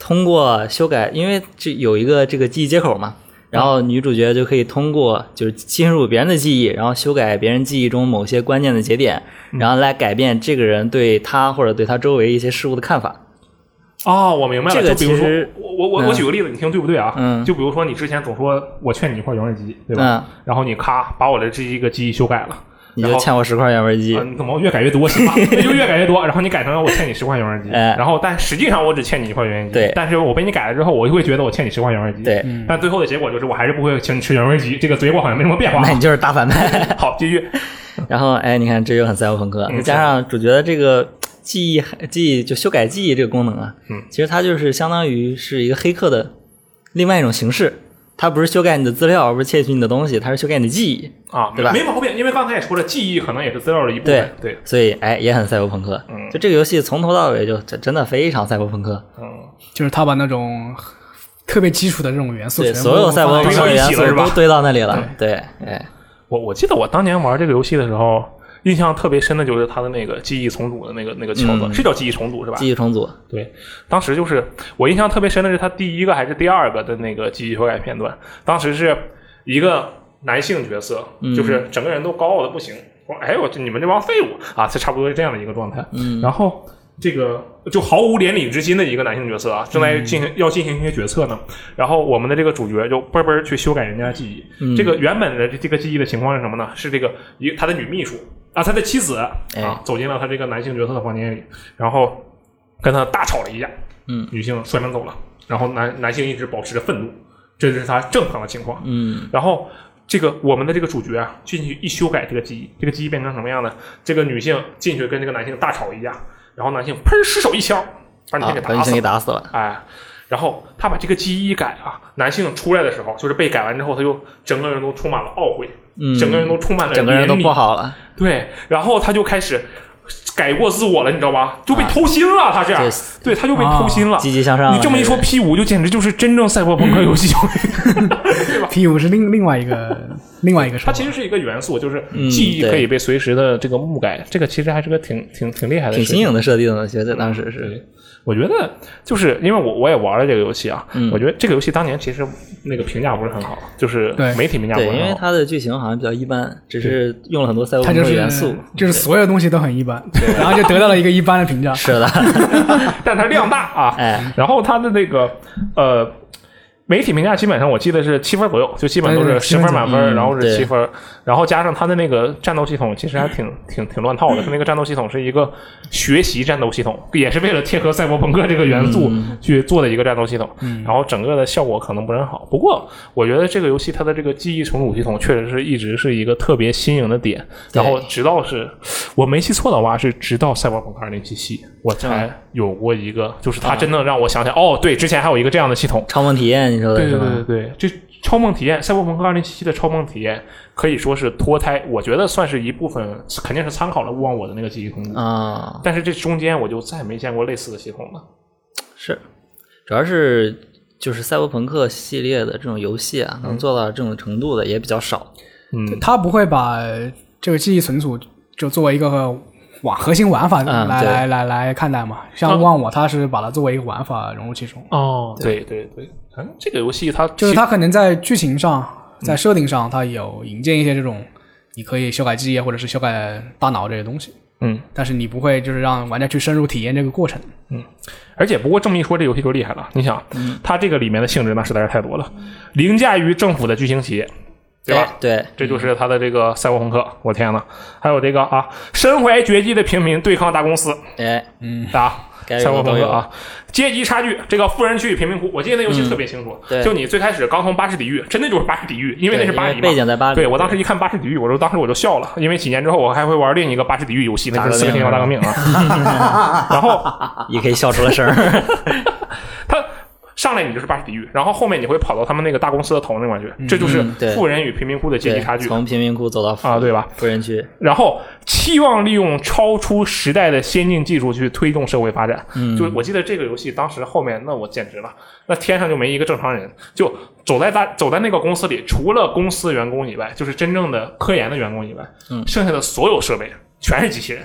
通过修改，因为这有一个这个记忆接口嘛，然后女主角就可以通过就是侵入别人的记忆，然后修改别人记忆中某些关键的节点，然后来改变这个人对他或者对他周围一些事物的看法。 哦，我明白了。 这个就比如说其实我举个例子，你听对不对啊？ 就比如说你之前总说我劝你一块原味鸡，对吧？然后你咔把我的这一个记忆修改了。 你就欠我10块原味鸡， 你怎么越改越多行吧？那就越改越多，然后你改成了我欠你10块原味鸡，然后但实际上我只欠你1块原味鸡， 对， 但是我被你改了之后，我就会觉得我欠你10块原味鸡， 对， 但最后的结果就是我还是不会请你吃原味鸡，这个结果好像没什么变化。 那你就是大反派。 好，继续。 然后你看这就很赛博朋克，再加上主角的这个记忆就修改记忆这个功能啊，其实它就是相当于是一个黑客的另外一种形式。它不是修改你的资料，而不是窃取你的东西，它是修改你的记忆啊， 对吧？ 没毛病，因为刚才也说了，记忆可能也是资料的一部分，对， 所以也很赛博朋克。就这个游戏从头到尾就真的非常赛博朋克。 就是他把那种特别基础的这种元素， 对，所有赛博朋克元素都堆到那里了。对， 我记得我当年玩这个游戏的时候。印象特别深的就是它的那个记忆重组的那个桥段，是叫记忆重组是吧？ 记忆重组， 对，当时就是我印象特别深的是它第一个还是第二个的那个记忆修改片段，当时是一个男性角色，就是整个人都高傲的不行，说哎我你们这帮废物啊，这差不多是这样的一个状态，然后这个就毫无怜悯之心的一个男性角色啊，正在要进行一些决策呢。然后我们的这个主角就嘣嘣去修改人家的记忆。这个原本的这个记忆的情况是什么呢？是这个他的女秘书啊，他的妻子啊，走进了他这个男性角色的房间里，然后跟他大吵了一架。女性摔门走了，然后男性一直保持着愤怒，这是他正常的情况。然后这个我们的这个主角啊，进去一修改这个记忆，这个记忆变成什么样呢？这个女性进去跟这个男性大吵一架。然后男性砰失手一枪把女性给打死了，然后他把这个记忆一改啊，男性出来的时候就是被改完之后，他就整个人都充满了懊悔，整个人都充满了怜悯， 整个人都不好了。 对，然后他就开始改过自我了，你知道吧？就被偷心了，他这样，对，他就被偷心了， 积极向上。 你这么一说 ，P5 就简直就是真正赛博朋克游戏，对吧 ？P5 是另外一个它其实是一个元素，就是记忆可以被随时的这个幕改，这个其实还是个挺厉害的， 挺新颖的设定的，觉得当时是。 我觉得就是因为我也玩了这个游戏啊，我觉得这个游戏当年其实那个评价不是很好，就是媒体评价不是很好， 对，因为它的剧情好像比较一般，只是用了很多赛博朋克元素， 就是所有东西都很一般，然后就得到了一个一般的评价。 是的， 但它量大啊，然后它的那个媒体评价基本上我记得是7分左右，就基本都是10分满分，然后是7分，然后加上它的那个战斗系统其实还挺乱套的，它那个战斗系统是一个学习战斗系统，也是为了贴合赛博朋克这个元素去做的一个战斗系统，然后整个的效果可能不是很好。不过我觉得这个游戏它的这个记忆重组系统确实是一直是一个特别新颖的点，然后直到是我没记错的话是直到赛博朋克2077我才有过一个，就是它真的让我想起来，哦，对，之前还有一个这样的系统， 超梦体验，你说的是吗？ 对，这超梦体验，赛博朋克2077的超梦体验可以说是脱胎，我觉得算是一部分，肯定是参考了勿忘我的那个记忆重组啊，但是这中间我就再没见过类似的系统了。 是，主要是就是赛博朋克系列的这种游戏啊，能做到这种程度的也比较少。 他不会把这个记忆存储就作为一个核心玩法来看待嘛，像勿忘我，它是把它作为一个玩法融入其中。 哦，对，这个游戏它就是它可能在剧情上、在设定上，它有引荐一些这种你可以修改记忆或者是修改大脑这些东西。但是你不会就是让玩家去深入体验这个过程。 而且不过这么一说，这游戏就厉害了。你想，它这个里面的性质那实在是太多了，凌驾于政府的巨型企业。对吧？ 对， 这就是他的这个赛博朋克。我天哪！还有这个啊，身怀绝技的平民对抗大公司。赛博朋克啊，阶级差距，这个富人区与贫民窟，我记得那游戏特别清楚。就你最开始刚从巴士底狱，真的就是巴士底狱，因为那是巴黎嘛， 背景在巴黎。 对，我当时一看巴士底狱，当时我就笑了，因为几年之后我还会玩另一个巴士底狱游戏，那是《4个天朝大革命》啊。然后也可以笑出了声儿。 他上来你就是巴士底狱，然后后面你会跑到他们那个大公司的头那块去，这就是富人与贫民窟的阶级差距。 从贫民窟走到对吧？ 富人区， 然后期望利用超出时代的先进技术去推动社会发展。就我记得这个游戏当时后面，那我简直了，那天上就没一个正常人，就走在那个公司里，除了公司员工以外，就是真正的科研的员工以外，剩下的所有设备全是机器人。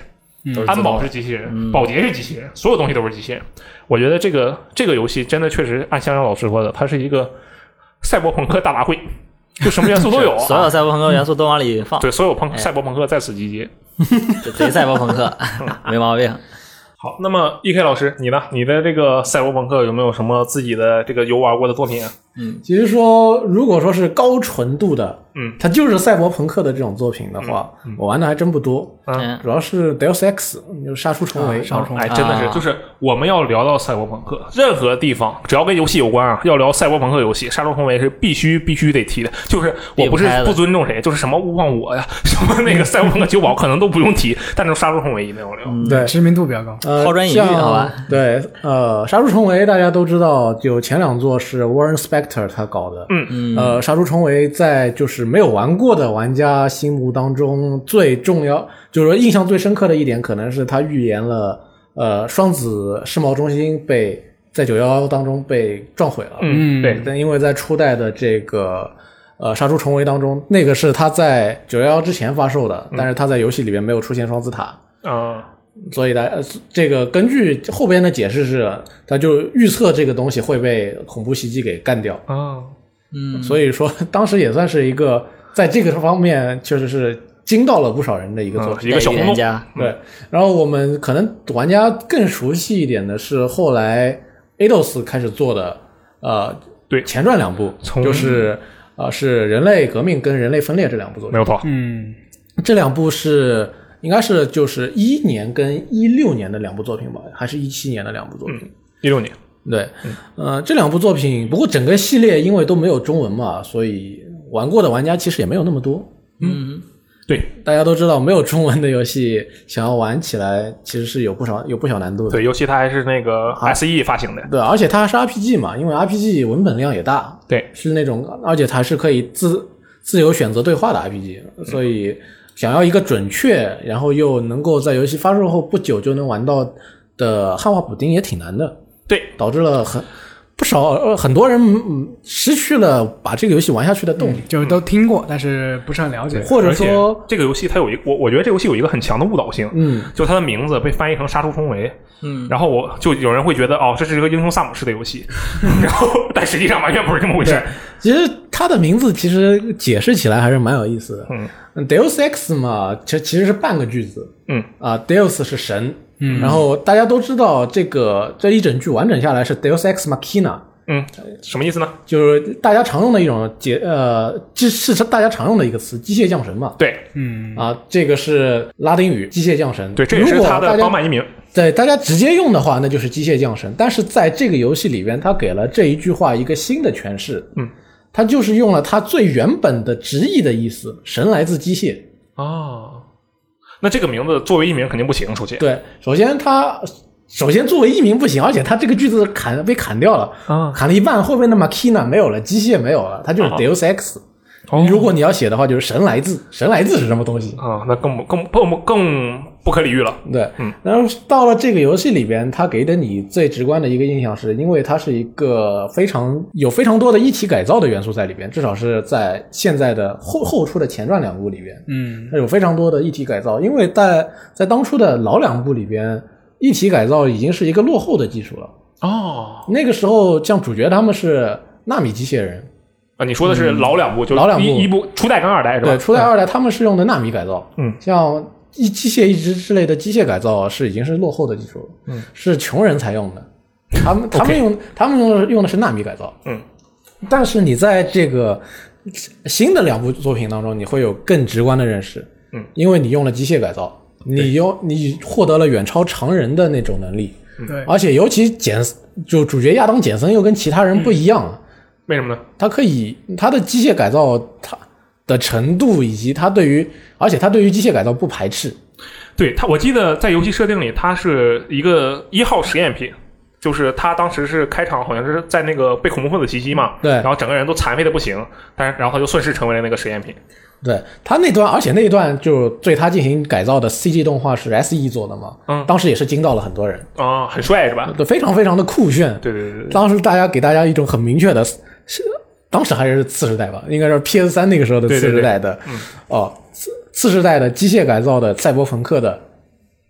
安保是机器人，保洁是机器人，所有东西都是机器人。我觉得这个游戏真的确实按香香老师说的，它是一个赛博朋克大杂烩，就什么元素都有， 所有赛博朋克元素都往里放。 对，所有赛博朋克在此集结， 贼赛博朋克，没毛病。 好，那么 EK 老师，你呢？你的这个赛博朋克有没有什么自己的这个游玩过的作品啊？ 其实说，如果说是高纯度的，它就是赛博朋克的这种作品的话，我玩的还真不多。主要是 Deus Ex， 就是杀出重围。 哎，真的是，就是我们要聊到赛博朋克，任何地方只要跟游戏有关啊，要聊赛博朋克游戏，杀出重围是必须得提的。就是我不是不尊重谁，就是什么勿忘我呀，什么那个赛博朋克酒保可能都不用提，但是杀出重围一定要聊。 对， 知名度比较高。 抛砖引玉，好吧？ 对，杀出重围大家都知道，就前两座是 Warren Spector 他搞的。杀出重围在就是没有玩过的玩家心目当中最重要，就是说印象最深刻的一点，可能是他预言了双子世贸中心在911当中被撞毁了。 对， 但因为在初代的这个杀出重围当中，那个是他在911之前发售的，但是他在游戏里面没有出现双子塔。所以这个根据后边的解释是，他就预测这个东西会被恐怖袭击给干掉。所以说当时也算是一个在这个方面确实是惊到了不少人的一个作品， 一个小红家。 对，然后我们可能玩家更熟悉一点的是后来 Eidos 开始做的对前传两部，就是是人类革命跟人类分裂这两部作品。 没有错。 这两部是应该是就是11年跟16年的两部作品吧，还是17年的两部作品 ？16年。 对，这两部作品，不过整个系列因为都没有中文嘛，所以玩过的玩家其实也没有那么多。 对， 大家都知道，没有中文的游戏想要玩起来，其实是有不小难度的。 对，尤其它还是那个 SE 发行的。 对，而且它还是 RPG 嘛，因为 RPG 文本量也大。 对， 是那种，而且它是可以自由选择对话的 RPG，所以想要一个准确，然后又能够在游戏发售后不久就能玩到的汉化补丁也挺难的。 对， 导致了很多人失去了把这个游戏玩下去的动力。 就是都听过，但是不是很了解， 或者说这个游戏它有我觉得这个游戏有一个很强的误导性。就它的名字被翻译成杀出重围。然后就有人会觉得这是一个英雄萨姆式的游戏，然后但实际上完全不是这么回事。 其实它的名字其实解释起来还是蛮有意思的。Deus Ex 嘛，其实是半个句子。Deus 是神。然后大家都知道这一整句完整下来是 Deus Ex Machina。 什么意思呢？ 就是大家常用的一种是大家常用的一个词，机械降神嘛。 对， 这个是拉丁语机械降神。 对，这也是它的榜版译名。 对，大家直接用的话那就是机械降神，但是在这个游戏里边，它给了这一句话一个新的诠释。它就是用了它最原本的直译的意思，神来自机械。 那这个名字作为译名肯定不行，首先。 对，首先作为译名不行，而且它这个句子被砍掉了，砍了一半，后面的 Machina 没有了，机械没有了，它就是 Deus Ex。如果你要写的话，就是神来自是什么东西那更不可理喻了。 对，然后到了这个游戏里边，它给的你最直观的一个印象是，因为它是一个非常多的一体改造的元素在里边，至少是在现在的后出的前传两部里边，它有非常多的一体改造，因为在当初的老两部里边，一体改造已经是一个落后的技术了。那个时候像主角他们是纳米机械人。 你说的是老两部，就是一部初代跟二代是吧？ 对，初代二代他们是用的纳米改造。像机械移植之类的机械改造已经是落后的技术了。是穷人才用的。他们用的是纳米改造。但是你在这个新的两部作品当中，你会有更直观的认识。因为你用了机械改造，你获得了远超常人的那种能力。 对， 而且尤其就主角亚当·简森又跟其他人不一样。 为什么呢？ 他的机械改造他的程度，以及而且他对于机械改造不排斥。 对，我记得在游戏设定里，他是一个1号实验品，就是他当时是开场好像是在那个被恐怖分子袭击嘛， 对， 然后整个人都残废的不行，然后他就顺势成为了那个实验品。 对，他那段，而且那一段就对他进行改造的 CG 动画是 SE 做的嘛，当时也是惊到了很多人。 很帅是吧？ 对，非常非常的酷炫。 对。 当时给大家一种很明确的，当时还是次世代吧，应该是 PS3 那个时候的次世代的，次世代的机械改造的赛博朋克的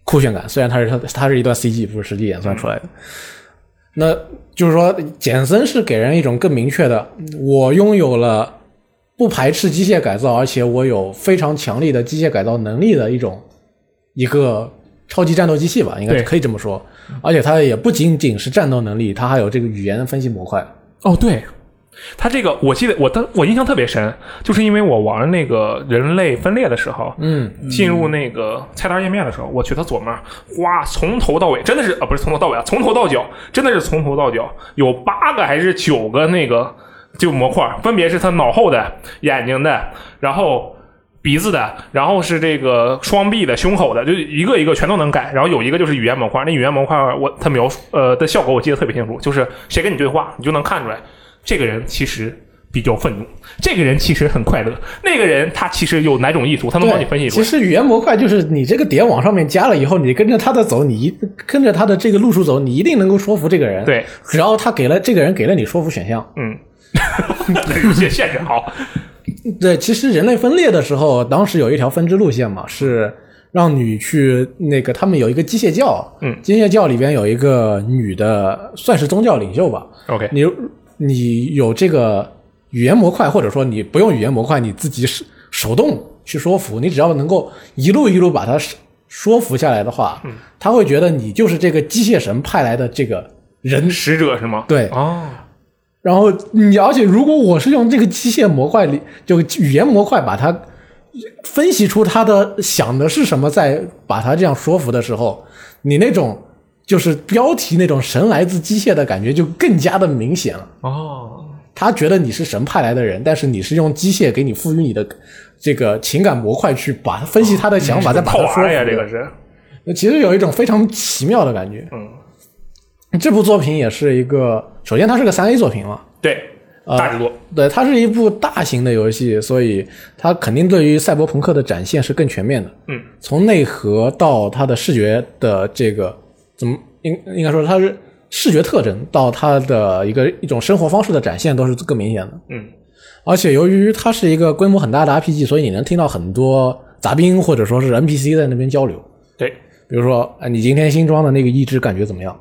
酷炫感，虽然它是一段 CG 不是实际演算出来的。那就是说简森是给人一种更明确的，我拥有了不排斥机械改造，而且我有非常强力的机械改造能力的一个超级战斗机器吧，应该可以这么说。而且它也不仅仅是战斗能力，它还有这个语言分析模块。 哦，对，它这个我记得我印象特别深，就是因为我玩那个人类分裂的时候，进入那个菜单页面的时候，我去它左面，哇，从头到尾真的是不是从头到尾啊，从头到脚真的是从头到脚有8个还是9个那个就模块，分别是它脑后的、眼睛的，然后鼻子的，然后是这个双臂的、胸口的，就一个一个全都能改。然后有一个就是语言模块，那语言模块它描述的效果我记得特别清楚，就是谁跟你对话，你就能看出来这个人其实比较愤怒，这个人其实很快乐，那个人他其实有哪种意图，他能帮你分析出来。 其实语言模块就是你这个点往上面加了以后，你跟着他的走，你跟着他的这个路数走，你一定能够说服这个人。 对， 只要这个人给了你说服选项。 有些限制好。 对，其实人类分裂的时候，当时有一条分支路线嘛，是让你去那个他们有一个机械教，机械教里边有一个女的，算是宗教领袖吧。 OK， 你有这个语言模块，或者说你不用语言模块，你自己手动去说服，你只要能够一路一路把它说服下来的话，他会觉得你就是这个机械神派来的这个人使者是吗？ 对，然后而且如果我是用这个机械模块里，就语言模块把它分析出他的想的是什么，再把它这样说服的时候，你那种就是标题那种神来自机械的感觉就更加的明显了。他觉得你是神派来的人，但是你是用机械给你赋予你的这个情感模块去把它分析他的想法，再把它说服。 这个是其实有一种非常奇妙的感觉。这部作品也是一个，首先它是个 3A 作品嘛， 对，大制作， 对，它是一部大型的游戏，所以它肯定对于赛博朋克的展现是更全面的。从内核到它的视觉的这个应该说它是视觉特征到它的一种生活方式的展现都是更明显的。而且由于它是一个规模很大的 RPG， 所以你能听到很多杂兵或者说是 NPC 在那边交流。对，比如说你今天新装的那个意志感觉怎么样？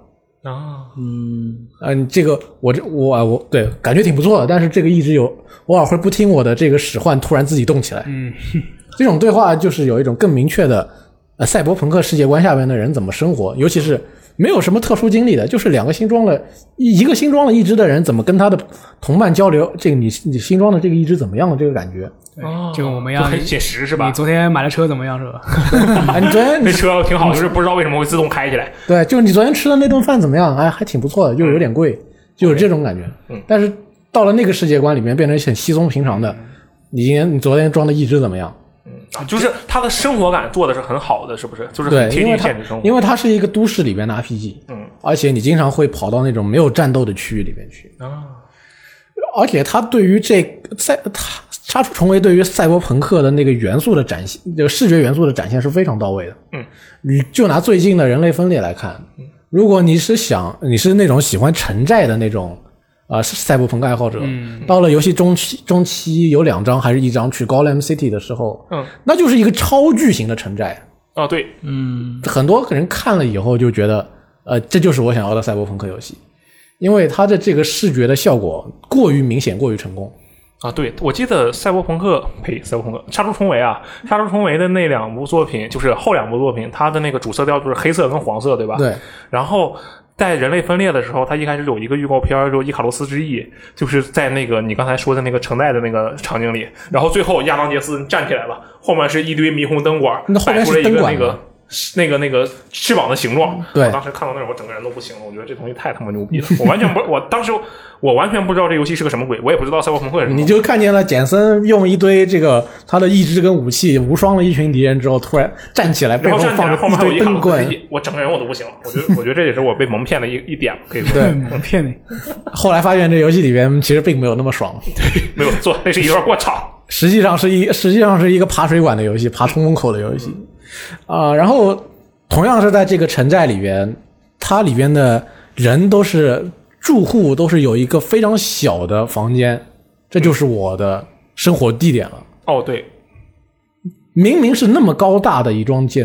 这个我对感觉挺不错的，但是这个一直偶尔会不听我的这个使唤，突然自己动起来。这种对话就是有一种更明确的赛博朋克世界观下面的人怎么生活，尤其是没有什么特殊经历的，就是一个新装了一只的人怎么跟他的同伴交流，这个你新装的这个一只怎么样的这个感觉。 就我们要很写实是吧？ 你昨天买的车怎么样是吧？ 你昨天那车挺好，就是不知道为什么会自动开起来。 对，就是你昨天吃的那顿饭怎么样？还挺不错的，就是有点贵，就是这种感觉。但是到了那个世界观里面，变成很稀松平常的。你昨天装的一只怎么样？ 就是它的生活感做的是很好的，是不是？就是很贴近现实生活。 因为它是一个都市里边的 RPG，而且你经常会跑到那种没有战斗的区域里面去而且它对于杀出重围对于赛博朋克的那个元素的展现，这个视觉元素的展现是非常到位的。你就拿最近的人类分裂来看，如果你是那种喜欢城寨的那种赛博朋克爱好者，到了游戏中期有2章还是1章去 Golem City 的时候，那就是一个超巨型的城寨。 对， 很多人看了以后就觉得，这就是我想要的赛博朋克游戏，因为它的这个视觉的效果过于明显，过于成功。 对，我记得赛博朋克杀出重围杀出重围的那2部作品，就是后2部作品，它的那个主色调就是黑色跟黄色，对吧？ 对。 然后在人类分裂的时候，它一开始有一个预告片，就伊卡洛斯之翼，就是在那个你刚才说的那个城寨的那个场景里，然后最后亚当杰斯站起来了，后面是一堆霓虹灯管，摆出了一个那个翅膀的形状。 对， 我当时看到那儿，我整个人都不行了，我觉得这东西太他妈牛逼了。当时我完全不知道这游戏是个什么鬼，我也不知道赛博朋克是什么。 你就看见了简森用一堆这个他的意志跟武器无双了一群敌人之后，突然站起来，背后放着一堆灯棍， 我整个人我都不行了。我觉得这也是我被蒙骗的一点，可以说。 对， 蒙骗你。 后来发现这游戏里边其实并没有那么爽， 对，没有错，那是一段过场。 实际上是一个爬水管的游戏，爬通风口的游戏然后同样是在这个城寨里边，它里边的人住户都是有一个非常小的房间，这就是我的生活地点了。 对， 明明是那么高大的一幢建筑，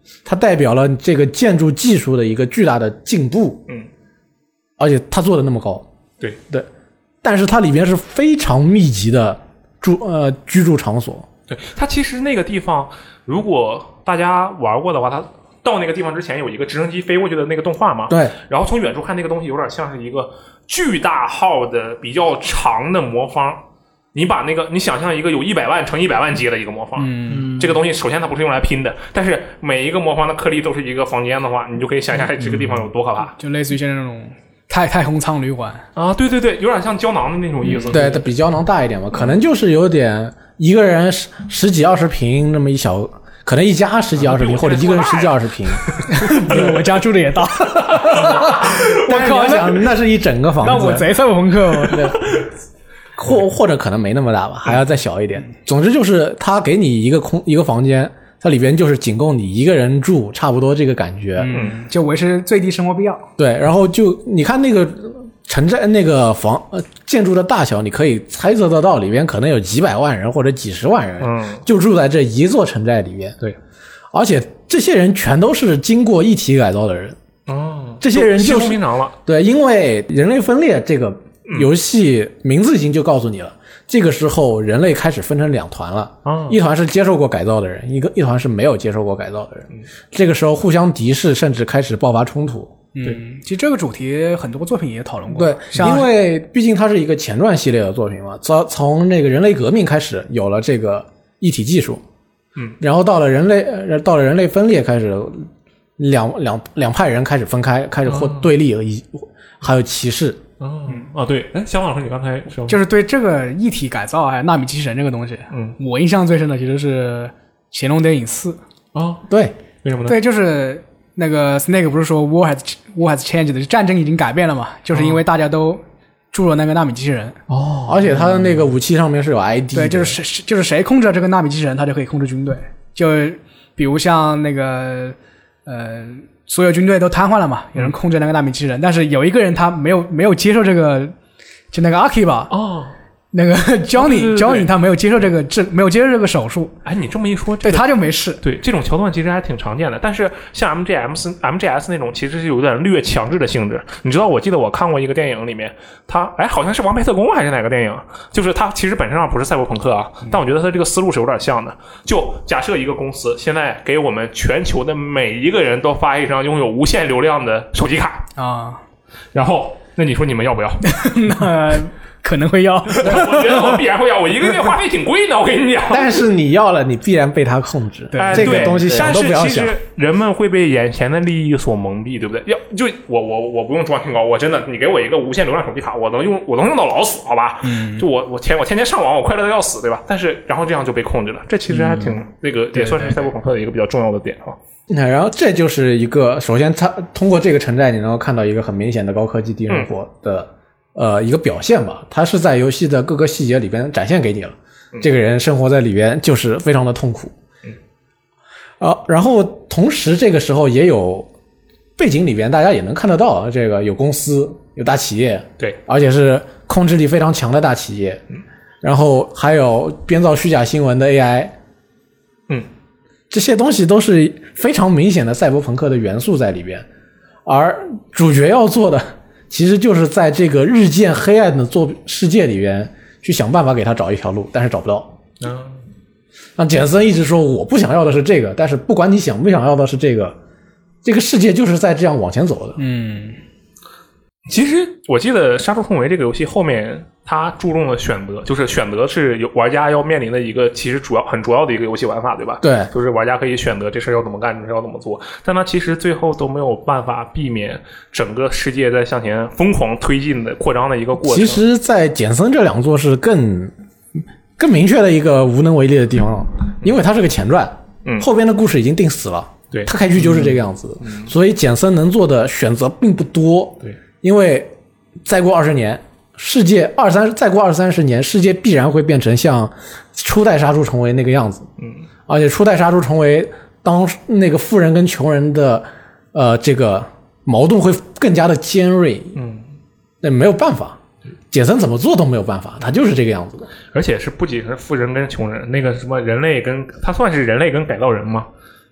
它代表了这个建筑技术的一个巨大的进步。而且它做的那么高。 对， 但是它里边是非常密集的居住场所。 对，它其实那个地方，如果大家玩过的话，它到那个地方之前有一个直升机飞过去的那个动画嘛。 对， 然后从远处看那个东西有点像是一个巨大号的比较长的魔方。你把那个你想象一个有100万乘100万阶的一个魔方，这个东西首先它不是用来拼的，但是每一个魔方的颗粒都是一个房间的话，你就可以想象这个地方有多可怕。 就类似于现在那种太空舱旅馆啊，对，有点像胶囊的那种意思。 对，它比胶囊大一点嘛，可能就是有点一个人十几20平那么一小，可能一家十几20平，或者一个人十几20平。 我家住的也大。 我靠，想那是一整个房子。 那我贼赛博朋克。 或者可能没那么大吧，还要再小一点。总之就是他给你一个房间，它里边就是仅供你一个人住，差不多这个感觉。 就维持最低生活必要。 对，然后就你看那个城寨那个建筑的大小，你可以猜测得到里边可能有几百万人或者几十万人，就住在这一座城寨里边。 对， 而且这些人全都是经过一体改造的人。这些人就是平常了。 对，因为人类分裂这个游戏名字已经就告诉你了，这个时候人类开始分成2团了，一团是接受过改造的人，一团是没有接受过改造的人。这个时候互相敌视，甚至开始爆发冲突。 对，其实这个主题很多作品也讨论过。 对，因为毕竟它是一个前传系列的作品嘛，从那个人类革命开始有了这个一体技术，然后到了人类分裂开始，两派人开始分开，开始对立，还有歧视。 对，姜老师，你刚才说就是对这个一体改造还有纳米机器人这个东西，我印象最深的其实是《乾隆电影4》 对， 为什么呢？ 对，就是那个 Snake 不是说 War has changed 的，战争已经改变了嘛，就是因为大家都注了那个纳米机器人。 而且它的那个武器上面是有 ID 的。 对，就是谁控制了这个纳米机器人，他就可以控制军队。就比如像那个所有军队都瘫痪了嘛，有人控制那个纳米机器人，但是有一个人他没有接受这个，就那个 Akiba 那个 Johnny 他没有接受这个手术。 哎，你这么一说， 对他就没事。 对，这种桥段其实还挺常见的，但是像 MGS 那种其实是有点略强制的性质。你知道，我记得我看过一个电影，里面他好像是《王牌特工》还是哪个电影，就是他其实本身上不是赛博朋克啊，但我觉得他这个思路是有点像的。就假设一个公司现在给我们全球的每一个人都发一张拥有无限流量的手机卡然后那你说你们要不要？ 那可能会要。 我觉得我必然会要，我一个月话费挺贵的，我跟你讲。 但是你要了，你必然被他控制。这个东西想都不要想。 但是其实人们会被眼前的利益所蒙蔽，对不对？就我不用装清高，我真的，你给我一个无限流量手机卡，我能用到老死，好吧？就我天天上网，我快乐的要死，对吧？但是然后这样就被控制了，这其实还挺那个，也算是赛博朋克的一个比较重要的点啊。 然后这就是一个，首先它通过这个城寨，你能够看到一个很明显的高科技低生活的。一个表现吧，它是在游戏的各个细节里边展现给你了。这个人生活在里边就是非常的痛苦。然后同时这个时候也有背景里边大家也能看得到，这个有公司有大企业， 对， 而且是控制力非常强的大企业。然后还有编造虚假新闻的 AI。这些东西都是非常明显的赛博朋克的元素在里边，而主角要做的其实就是在这个日渐黑暗的世界里边去想办法给他找一条路，但是找不到。那简森一直说我不想要的是这个，但是不管你想不想要的是这个世界就是在这样往前走的。 其实我记得《杀出重围》这个游戏后面它注重了选择，就是选择是玩家要面临的一个其实很主要的一个游戏玩法，对吧？ 对， 就是玩家可以选择这事要怎么干，这事要怎么做，但它其实最后都没有办法避免整个世界在向前疯狂推进的扩张的一个过程。 其实在简森这两座是更明确的一个无能为力的地方，因为它是个前传，后边的故事已经定死了， 对， 它开局就是这个样子的，所以简森能做的选择并不多。 对， 因为再过20年，再过20-30年，世界必然会变成像初代杀出重围那个样子。而且初代杀出重围，当那个富人跟穷人的这个矛盾会更加的尖锐。那没有办法，简森怎么做都没有办法，他就是这个样子的。 而且是不仅是富人跟穷人，那个什么人类跟他算是人类跟改造人吗？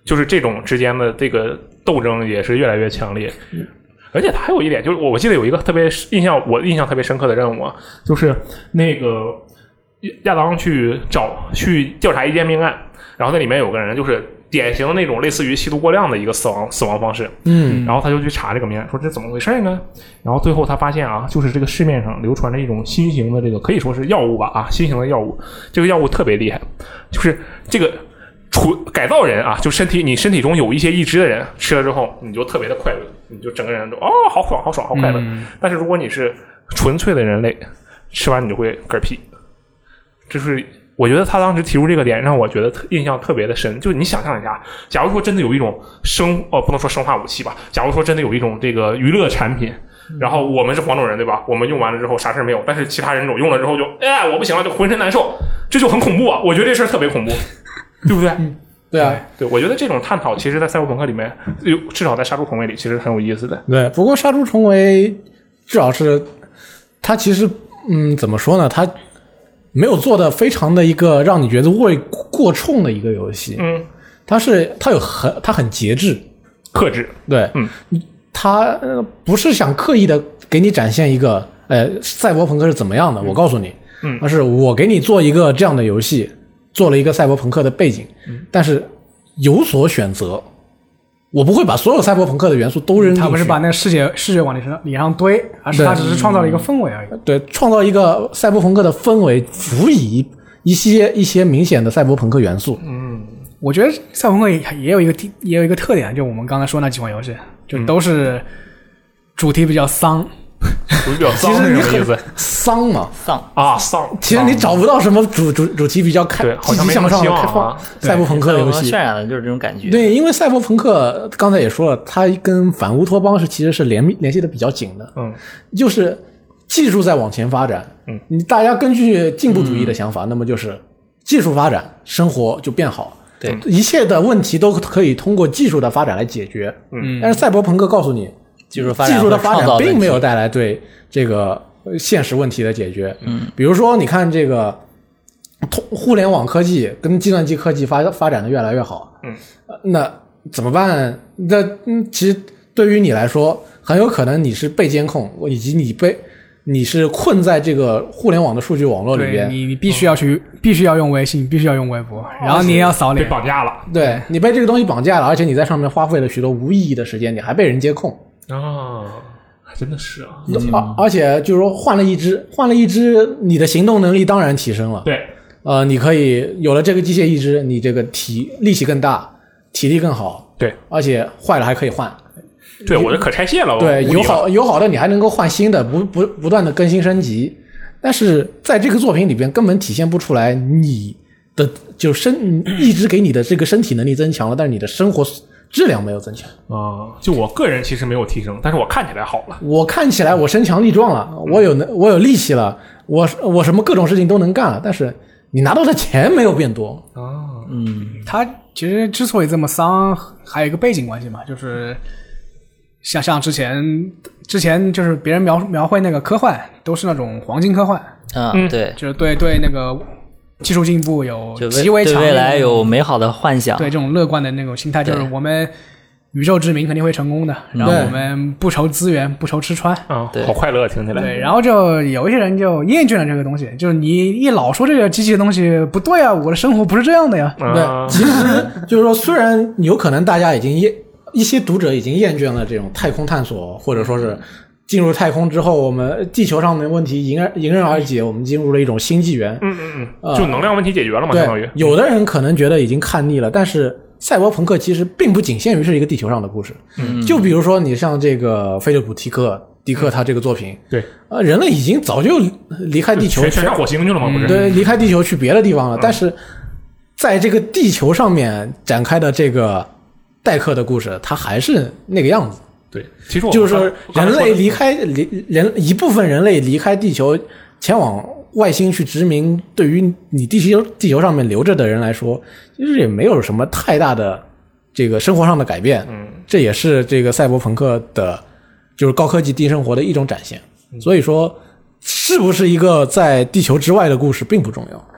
就是这种之间的这个斗争也是越来越强烈。而且还有一点，就是我记得有一个印象特别深刻的任务啊，就是那个亚当去调查一件命案，然后在里面有个人就是典型的那种类似于吸毒过量的一个死亡方式，然后他就去查这个命案，说这怎么回事呢？然后最后他发现啊，就是这个市面上流传着一种新型的这个可以说是药物吧啊，新型的药物，这个药物特别厉害，就是这个改造人啊，就你身体中有一些义肢的人吃了之后，你就特别的快乐，你就整个人都好爽好爽好快乐。但是如果你是纯粹的人类，吃完你就会嗝屁。这是我觉得他当时提出这个点让我觉得印象特别的深。就是你想象一下，假如说真的有一种不能说生化武器吧，假如说真的有一种这个娱乐产品，然后我们是黄种人对吧，我们用完了之后啥事没有，但是其他人种用了之后就我不行了，就浑身难受，这就很恐怖啊。我觉得这事儿特别恐怖，对不对？ 对啊， 对，我觉得这种探讨其实在赛博朋克里面，至少在杀猪重围里其实很有意思的。 对，不过杀猪重围至少是它其实怎么说呢，它没有做的非常的一个让你觉得味过冲的一个游戏。它很节制克制。 对，它不是想刻意的给你展现一个赛博朋克是怎么样的，我告诉你，而是我给你做一个这样的游戏，做了一个赛博朋克的背景，但是有所选择。我不会把所有赛博朋克的元素都扔进去。 他不是把那个视觉往你上堆，而是他只是创造了一个氛围而已。 对，创造一个赛博朋克的氛围，辅以一些明显的赛博朋克元素。 我觉得赛博朋克也有一个特点，就我们刚才说那几款游戏，就都是主题比较丧。 比较丧是什么意思？ 丧嘛， 丧。 其实你找不到什么主题比较积极向上的开放赛博朋克的游戏， 渲染的就是这种感觉。 对，因为赛博朋克刚才也说了，它跟反乌托邦其实是联系的比较紧的。就是技术在往前发展，你大家根据进步主义的想法，那么就是技术发展，生活就变好。 对， 一切的问题都可以通过技术的发展来解决。但是赛博朋克告诉你， 技术的发展并没有带来对这个现实问题的解决。比如说你看这个互联网科技跟计算机科技发展的越来越好，那怎么办？其实对于你来说，很有可能你是被监控，以及你是困在这个互联网的数据网络里边。 你必须要用微信，必须要用微博，然后你也要扫脸， 被绑架了。 对，你被这个东西绑架了，而且你在上面花费了许多无意义的时间，你还被人监控。 真的是啊。 而且就是说换了一只，你的行动能力当然提升了。 对， 你可以有了这个机械义肢，你这个力气更大，体力更好。 对， 而且坏了还可以换。 对，我这可拆卸了。 对，有好的你还能够换新的，不断的更新升级。但是在这个作品里边根本体现不出来你的意志给你的这个身体能力增强了，但是你的生活质量没有增强。 就我个人其实没有提升，但是我看起来好了。 我看起来我身强力壮了，我有力气了，我什么各种事情都能干了，但是你拿到的钱没有变多。 他其实之所以这么丧，还有一个背景关系嘛，就是像之前就是别人描绘那个科幻都是那种黄金科幻。 对， 就是对那个技术进步有极为强烈， 对未来有美好的幻想， 对这种乐观的那种心态，就是我们宇宙之名肯定会成功的，然后我们不愁资源，不愁吃穿。 对， 好快乐，听起来。 对，然后就有一些人就厌倦了这个东西，就是你一老说这个机器的东西不对啊，我的生活不是这样的呀。 对，其实就是说，虽然有可能大家已经一些读者已经厌倦了这种太空探索，或者说是进入太空之后，我们地球上的问题迎刃而解，我们进入了一种新纪元。 就能量问题解决了嘛，相当于。 有的人可能觉得已经看腻了，但是赛博朋克其实并不仅限于是一个地球上的故事。就比如说你像这个菲利普迪克他这个作品， 对， 人类已经早就离开地球， 全上火星去了吗？不是， 对，离开地球去别的地方了。但是在这个地球上面展开的这个代克的故事，它还是那个样子。 对，其实就是说人类一部分人类离开地球前往外星去殖民，对于你地球上面留着的人来说，其实也没有什么太大的这个生活上的改变。这也是这个赛博朋克的就是高科技低生活的一种展现。所以说是不是一个在地球之外的故事并不重要，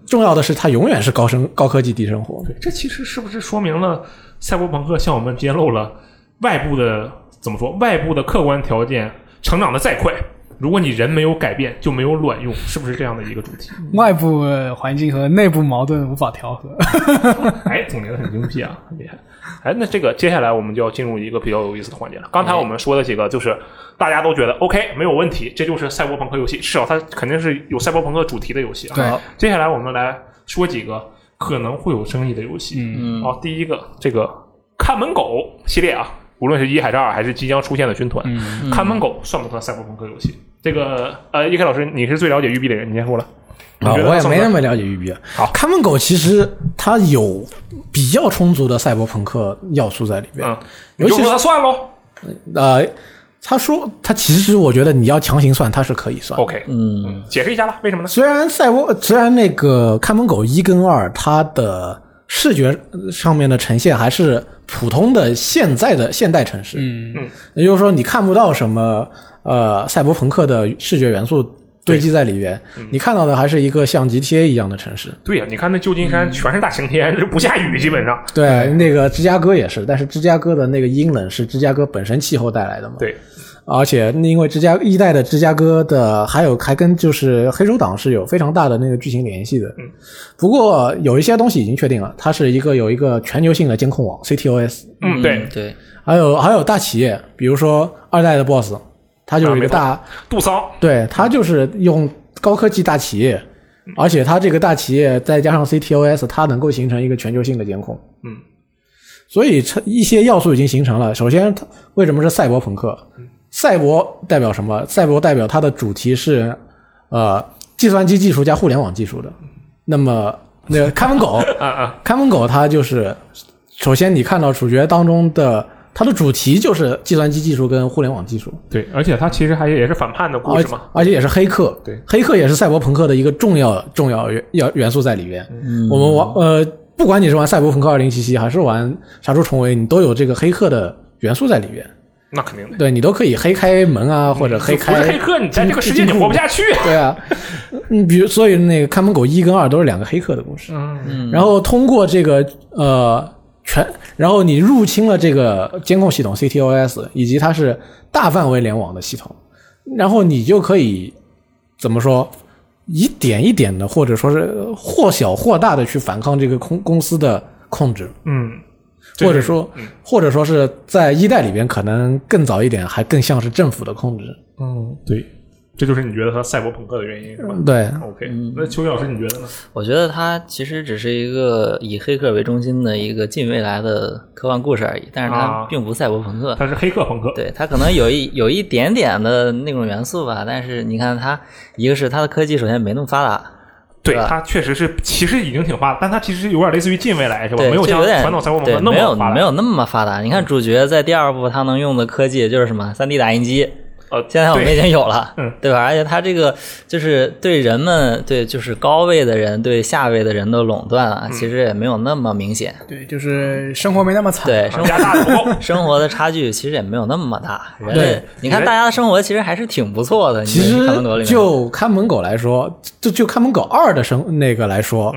重要的是它永远是高科技低生活。 对，这其实是不是说明了赛博朋克向我们揭露了外部的怎么说？外部的客观条件成长的再快，如果你人没有改变，就没有卵用，是不是这样的一个主题？ 外部环境和内部矛盾无法调和。 哎，总结的很精辟啊，很厉害。哎，那这个接下来我们就要进入一个比较有意思的环节了。刚才我们说的几个就是大家都觉得 OK 没有问题，这就是赛博朋克游戏，至少它肯定是有赛博朋克主题的游戏啊。 对， 接下来我们来说几个可能会有争议的游戏。第一个这个看门狗系列啊，无论是1还是2还是即将出现的军团，看门狗算不算赛博朋克游戏？这个EK老师，你是最了解育碧的人，你先说了。 我也没那么了解育碧。好，看门狗其实它有比较充足的赛博朋克要素在里边， 尤其是它算咯。 他说他其实我觉得你要强行算，它是可以算。 OK， 解释一下吧，为什么呢？ 虽然那个看门狗1跟2，它的视觉上面的呈现还是普通的现代城市，也就是说你看不到什么赛博朋克的视觉元素堆积在里边，你看到的还是一个像 GTA 一样的城市。 对呀，你看那旧金山全是大晴天，不下雨基本上。 对，那个芝加哥也是，但是芝加哥的那个阴冷是芝加哥本身气候带来的嘛。 对， 而且因为一代的芝加哥的还跟就是黑手党是有非常大的那个剧情联系的。不过有一些东西已经确定了，它是有一个全球性的监控网 CTOS。 对， 还有大企业，比如说2代的 BOSS。它就是一个杜桑， 对，它就是用高科技大企业，而且它这个大企业再加上 CTOS， 它能够形成一个全球性的监控。所以一些要素已经形成了。首先，为什么是赛博朋克？赛博代表什么？赛博代表它的主题是计算机技术加互联网技术的。那么那个看门狗，看门狗它就是首先你看到主角当中的。它的主题就是计算机技术跟互联网技术， 对，而且它其实也是反叛的故事嘛， 而且也是黑客， 对， 黑客也是赛博朋克的一个重要元素在里边。我们不管你是玩赛博朋克2077还是玩杀出重围，你都有这个黑客的元素在里边。 那肯定的， 对，你都可以黑开门啊，或者黑开。 不是黑客，你在这个世界你活不下去。 对啊，比如所以那个看门狗1跟2都是2个黑客的故事。然后通过这个然后你入侵了这个监控系统 CTOS， 以及它是大范围联网的系统，然后你就可以怎么说，一点一点的，或者说是或小或大的去反抗这个公司的控制。或者说是在1代里边可能更早一点，还更像是政府的控制。 对。这就是你觉得它赛博朋克的原因是吧？ 对 ，OK。那邱老师你觉得呢？ 我觉得它其实只是一个以黑客为中心的一个近未来的科幻故事而已，但是它并不赛博朋克， 它是黑客朋克。 对，它可能有一点点的那种元素吧，但是你看它，一个是它的科技首先没那么发达。 对，它确实是，其实已经挺发达，但它其实有点类似于近未来，是吧？没有像传统赛博朋克那么发达， 没有那么发达。你看主角在第2部他能用的科技就是什么 3D 打印机。现在我们已经有了，对吧？而且它这个就是对人们，对就是高位的人对下位的人的垄断啊，其实也没有那么明显。 对，就是生活没那么惨。 对，生活的差距其实也没有那么大。对，你看大家的生活其实还是挺不错的。 其实就看门狗来说，就看门狗2的那个来说，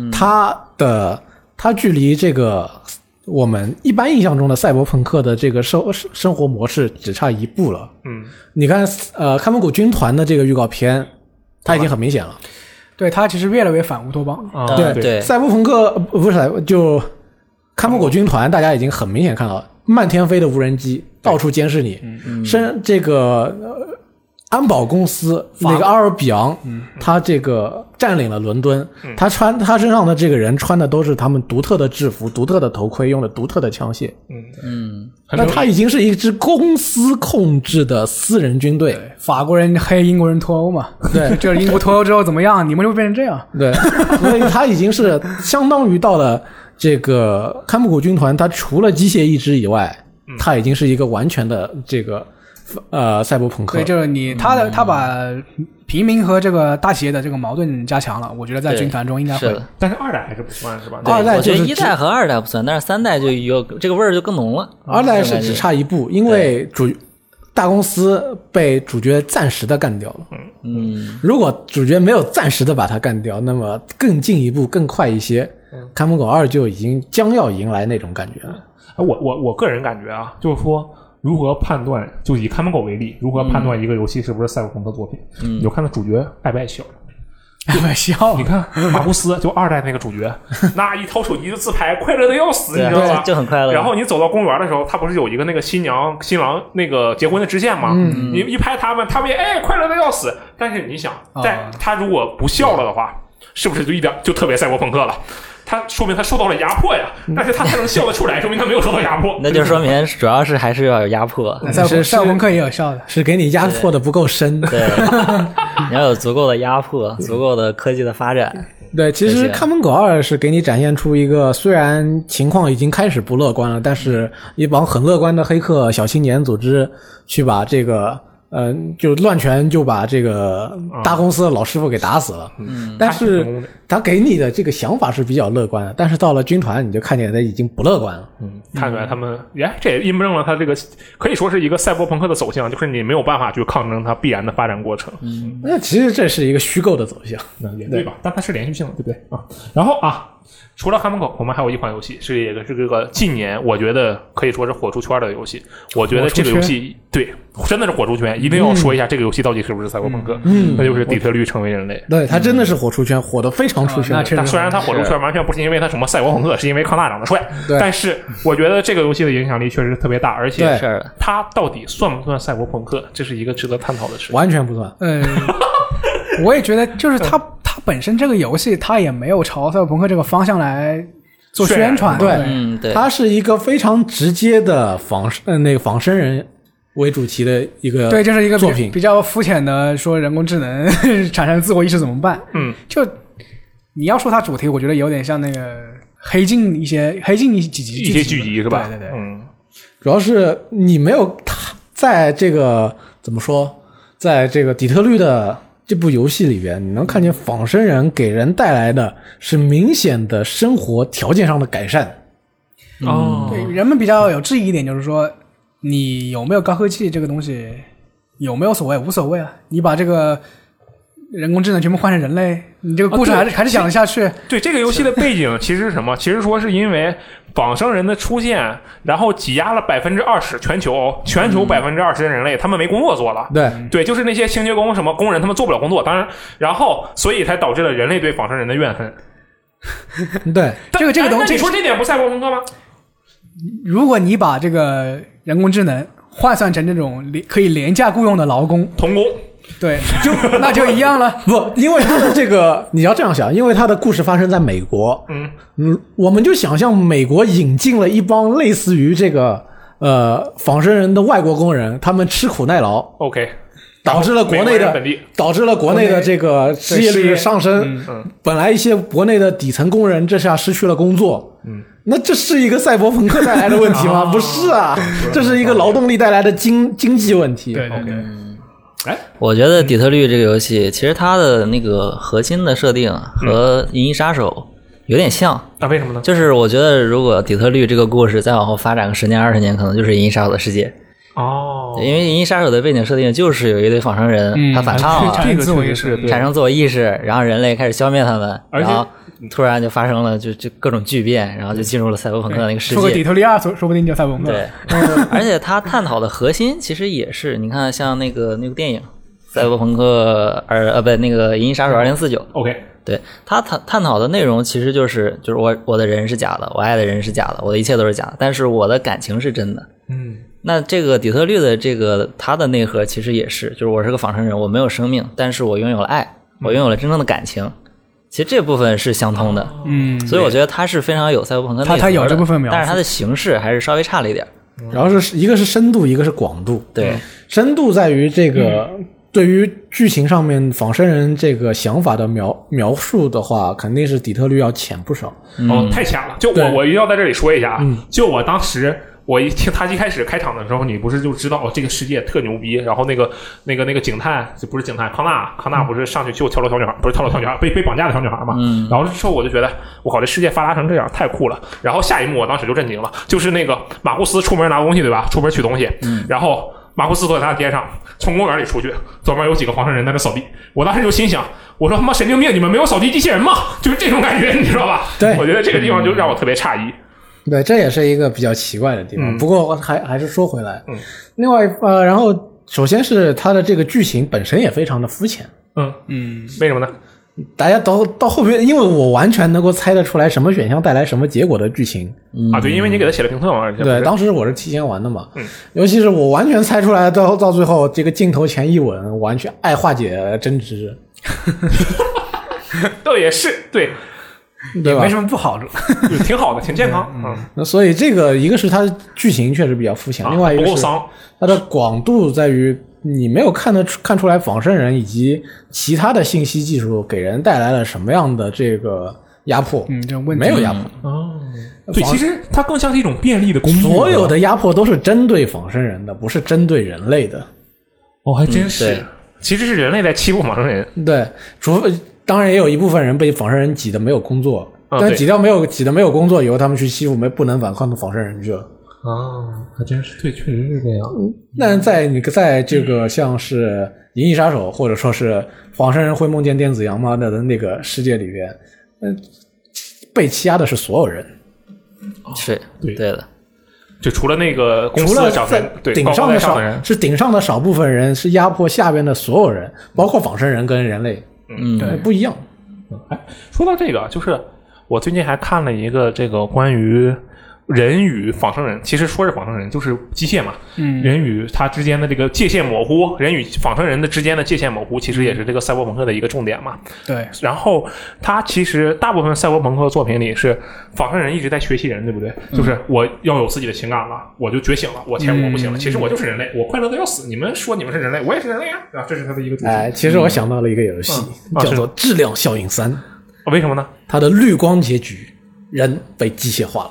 它距离这个。我们一般印象中的赛博朋克的这个生活模式只差1步了。你看看门狗军团的这个预告片，它已经很明显了。 对，它其实越来越反乌托邦。 对， 赛博朋克不是就看门狗军团，大家已经很明显看到漫天飞的无人机到处监视你，这个安保公司那个阿尔比昂，他这个占领了伦敦，他身上的这个人穿的都是他们独特的制服、独特的头盔，用的独特的枪械。那他已经是一支公司控制的私人军队。 法国人黑英国人脱欧嘛？ 对， 就是英国脱欧之后怎么样？你们就会变成这样。 对，所以他已经是相当于到了这个看门狗军团，他除了机械意志以外，他已经是一个完全的这个。赛博朋克。 对，就是他把平民和这个大企业的这个矛盾加强了，我觉得在军团中应该会。 但是2代还是不算是吧 ？2代就是 1代和2代不算，但是3代就有这个味儿就更浓了。 2代是只差1步，因为大公司被主角暂时的干掉了。如果主角没有暂时的把他干掉，那么更进一步更快一些，看门狗2就已经将要迎来那种感觉了。 我个人感觉啊，就是说如何判断，就以看门狗为例，如何判断一个游戏是不是赛博朋克作品？你就看他主角爱不爱笑。 爱不爱笑？ 你看马库斯就2代那个主角，那一掏手机就自拍，快乐的要死，你知道吧？ 就很快乐。 然后你走到公园的时候，他不是有一个那个新郎那个结婚的支线吗？你一拍他们也快乐的要死。但是你想，在他如果不笑了的话，是不是就特别赛博朋克了？他说明他受到了压迫呀，但是他才能笑得出来，说明他没有受到压迫。 那就说明主要是还是要有压迫。 赛博朋克也有笑的， 是给你压迫的不够深。 对，你要有足够的压迫，足够的科技的发展。 对，其实看门狗2是给你展现出一个虽然情况已经开始不乐观了，但是一帮很乐观的黑客小青年组织去把这个就乱拳就把这个大公司的老师傅给打死了。但是他给你的这个想法是比较乐观的，但是到了军团你就看见他已经不乐观了。 看出来他们这也印证了他这个可以说是一个赛博朋克的走向，就是你没有办法去抗争它必然的发展过程。 那其实这是一个虚构的走向， 也对吧？但它是连续性的，对不对啊？然后除了看门狗，我们还有一款游戏是这个近年我觉得可以说是火出圈的游戏。我觉得这个游戏对真的是火出圈，一定要说一下这个游戏到底是不是赛博朋克。那就是底特律成为人类。 对，它真的是火出圈，火得非常出圈。 但虽然它火出圈完全不是因为它什么赛博朋克，是因为康纳长得帅。但是我觉得这个游戏的影响力确实特别大，而且它到底算不算赛博朋克，这是一个值得探讨的事。 完全不算。 我也觉得就是它本身这个游戏它也没有朝赛博朋克这个方向来做宣传。 对，它是一个非常直接的仿生人为主题的一个对，就是一个作品， 比较肤浅的说人工智能产生自我意识怎么办？就你要说它主题，我觉得有点像那个黑镜一些几集剧集是吧？ 对， 主要是你没有在这个怎么说，在这个底特律的这部游戏里边，你能看见仿生人给人带来的是明显的生活条件上的改善。 对，人们比较有质疑一点就是说，你有没有高科技这个东西有没有所谓？无所谓啊，你把这个人工智能全部换成人类，你这个故事还是讲得下去。 对，这个游戏的背景其实是什么？其实说是因为仿生人的出现，然后挤压了20%，全球20%的人类他们没工作做了。 对， 就是那些清洁工什么工人他们做不了工作，当然，然后所以才导致了人类对仿生人的怨恨。 对， 这个东西， 你说这点不赛博朋克吗？ 如果你把这个人工智能换算成这种可以廉价雇佣的劳工、 童工， 对，那就一样了。 不，因为他的这个你要这样想，因为他的故事发生在美国，我们就想象美国引进了一帮类似于这个仿生人的外国工人，他们吃苦耐劳 ，OK， 导致了国内的这个失业率上升。本来一些国内的底层工人这下失去了工作。那这是一个赛博朋克带来的问题吗？不是啊，这是一个劳动力带来的经济问题。 对。 我觉得底特律这个游戏其实它的那个核心的设定和银翼杀手有点像。 为什么呢？ 就是我觉得如果底特律这个故事再往后发展个10年20年，可能就是银翼杀手的世界。因为银翼杀手的背景设定就是有一堆仿生人，他反抗了， 这个自我意识， 产生自我意识，然后人类开始消灭他们，然后突然就发生了就各种巨变，然后就进入了赛博朋克的那个世界。 说个底特律2说不定就赛博朋克。 对，而且他探讨的核心其实也是，你看像那个电影赛博朋克那个银翼杀手2049。 OK。 对，他探讨的内容其实就是我的人是假的，我爱的人是假的，我的一切都是假的，但是我的感情是真的。那这个底特律的这个它的内核其实也是，就是我是个仿生人，我没有生命，但是我拥有了爱，我拥有了真正的感情。其实这部分是相通的。所以我觉得它是非常有赛博朋克内核的， 它有这部分描述， 但是它的形式还是稍微差了一点。 然后是一个是深度，一个是广度。 对， 深度在于这个对于剧情上面仿生人这个想法的描述的话，肯定是底特律要浅不少。 太浅了。就我一定要在这里说一下就我当时我一听他一开始开场的时候，你不是就知道这个世界特牛逼，然后那个警探就不是警探，康纳不是上去救跳楼小女孩，不是跳楼小女孩，被绑架的小女孩嘛。然后之后我就觉得我靠，这世界发达成这样太酷了。然后下一幕我当时就震惊了，就是那个马库斯出门拿东西对吧？出门取东西，然后马库斯坐在他的边上，从公园里出去，左边有几个仿生人在那扫地。我当时就心想，我说他妈神经病，你们没有扫地机器人吗？就是这种感觉，你知道吧？ 对， 我觉得这个地方就让我特别诧异。 对，这也是一个比较奇怪的地方。不过还是说回来，另外然后首先是它的这个剧情本身也非常的肤浅。 为什么呢？ 大家到后面，因为我完全能够猜得出来什么选项带来什么结果的剧情啊，对，因为你给他写了评测嘛， 对，当时我是提前玩的嘛，尤其是我完全猜出来到最后，这个镜头前一吻，完全爱化解争执， 倒也是对， 也没什么不好， 挺好的，挺健康。 那所以这个一个是它的剧情确实比较肤浅，另外一个是它的广度在于。你没有看出来仿生人以及其他的信息技术给人带来了什么样的这个压迫？ 这问题没有压迫。 对，其实它更像是一种便利的工具。 所有的压迫都是针对仿生人的，不是针对人类的。 还真是。其实是人类在欺负仿生人。 对，当然也有一部分人被仿生人挤得没有工作，但挤得没有工作以后，他们去欺负不能反抗的仿生人去了。 还真是，对，确实是这样。 那在这个像是《银翼杀手》或者说是仿生人会梦见电子羊吗的那个世界里边，被欺压的是所有人。 是对的。 就除了那个公司的长人，对， 顶上的少部分人是压迫下边的所有人，包括仿生人跟人类。对，不一样。 说到这个，就是我最近还看了一个这个关于。人与仿生人，其实说是仿生人就是机械嘛，人与他之间的这个界限模糊，人与仿生人的之间的界限模糊，其实也是这个赛博朋克的一个重点嘛。 对， 然后他其实大部分赛博朋克作品里是仿生人一直在学习人，对不对？就是我要有自己的情感了，我就觉醒了，我不行了，其实我就是人类，我快乐的要死，你们说你们是人类，我也是人类啊，这是他的一个主题。 其实我想到了一个游戏，叫做《质量效应3》。 为什么呢？ 它的绿光结局，人被机械化了。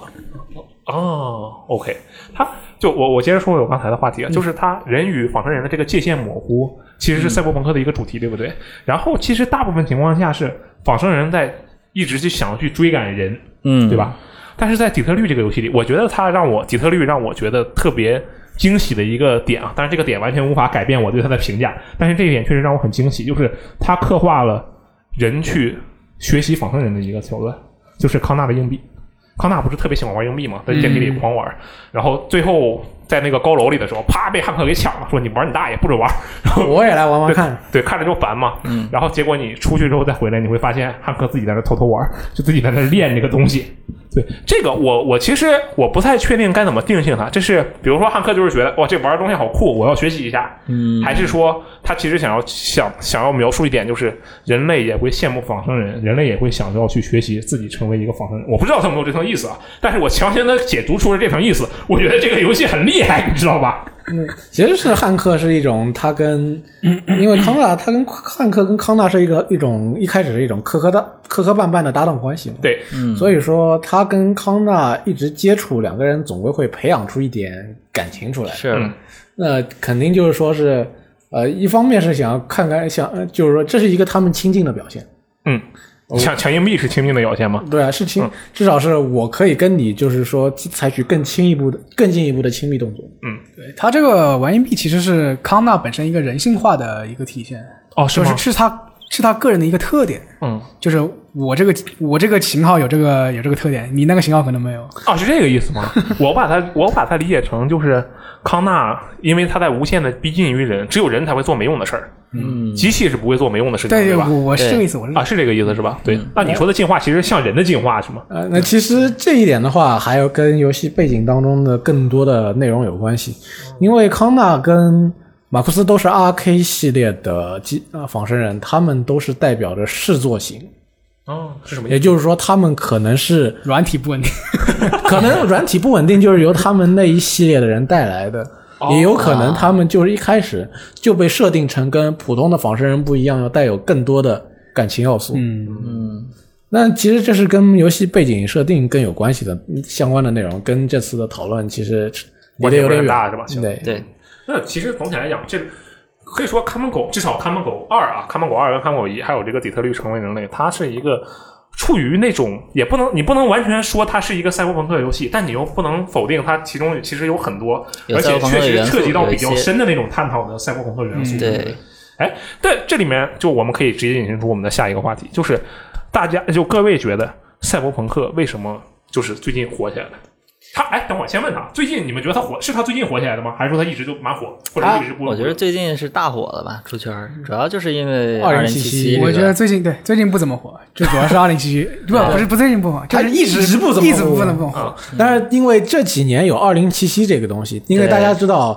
OK， 我接着说我刚才的话题啊，就是他人与仿生人的这个界限模糊，其实是赛博朋克的一个主题，对不对？然后其实大部分情况下是仿生人在一直想要去追赶人，对吧？但是在底特律这个游戏里，我觉得底特律让我觉得特别惊喜的一个点啊，当然这个点完全无法改变我对他的评价，但是这一点确实让我很惊喜，就是他刻画了人去学习仿生人的一个桥段，就是康纳的硬币。康纳不是特别喜欢玩硬币吗？在电梯里狂玩，然后最后在那个高楼里的时候，啪被汉克给抢了，说你玩你大爷，不准玩。然后我也来玩看， 对，看着就烦嘛。然后结果你出去之后再回来，你会发现汉克自己在那偷偷玩，就自己在那练这个东西。对，这个我其实我不太确定该怎么定性它。这是比如说汉克就是觉得哇这玩的东西好酷，我要学习一下。还是说他其实想要描述一点，就是人类也会羡慕仿生人，人类也会想要去学习自己成为一个仿生人。我不知道他有没有这层意思啊，但是我强行的解读出了这层意思，我觉得这个游戏很厉害，你知道吧？ 其实是汉克是一种他跟因为康纳他跟汉克跟康纳是一种一开始是一种磕磕绊绊的搭档关系嘛。 对， 所以说他跟康纳一直接触，两个人总归会培养出一点感情出来。 是， 那肯定就是说是一方面是想要看看就是说这是一个他们亲近的表现。 抢硬币是亲近的表现吗？ 对啊，是至少是我可以跟你就是说采取更进一步的亲密动作。 对，他这个玩硬币其实是康纳本身一个人性化的一个体现。 是吗？ 是他个人的一个特点。就是我这个型号有这个特点，你那个型号可能没有。 是这个意思吗？我把它理解成就是康纳，因为他在无限的逼近于人，只有人才会做没用的事儿。机器是不会做没用的事情，对吧？ 我是这个意思， 是这个意思是吧？对。那你说的进化其实像人的进化是吗？ 那其实这一点的话，还有跟游戏背景当中的更多的内容有关系，因为康纳跟马库斯都是 RK 系列的仿生人，他们都是代表着视作型。 是什么意思？ 也就是说他们可能是软体不稳定可能软体不稳定就是由他们那一系列的人带来的，也有可能他们就是一开始就被设定成跟普通的仿生人不一样，要带有更多的感情要素。那其实这是跟游戏背景设定更有关系的相关的内容，跟这次的讨论其实离得有点大是吧？ 对。 那其实总体来讲，这可以说看门狗至少看门狗2啊，看门狗2跟看门狗1还有这个底特律成为人类，它是一个处于那种你不能完全说它是一个赛博朋克游戏，但你又不能否定它其中其实有很多，而且确实涉及到比较深的那种探讨的赛博朋克元素。 对， 哎，但这里面就我们可以直接引申出我们的下一个话题，就是各位觉得赛博朋克为什么就是最近火起来了？等会儿先问他，最近你们觉得他最近火起来的吗？还是说他一直就蛮火，或者一直不火？ 我觉得最近是大火了吧，出圈主要就是因为 2077。我觉得最近不怎么火，就主要是2077，不最近不火，就是一直不怎么火。 但是因为这几年有2077这个东西，因为大家知道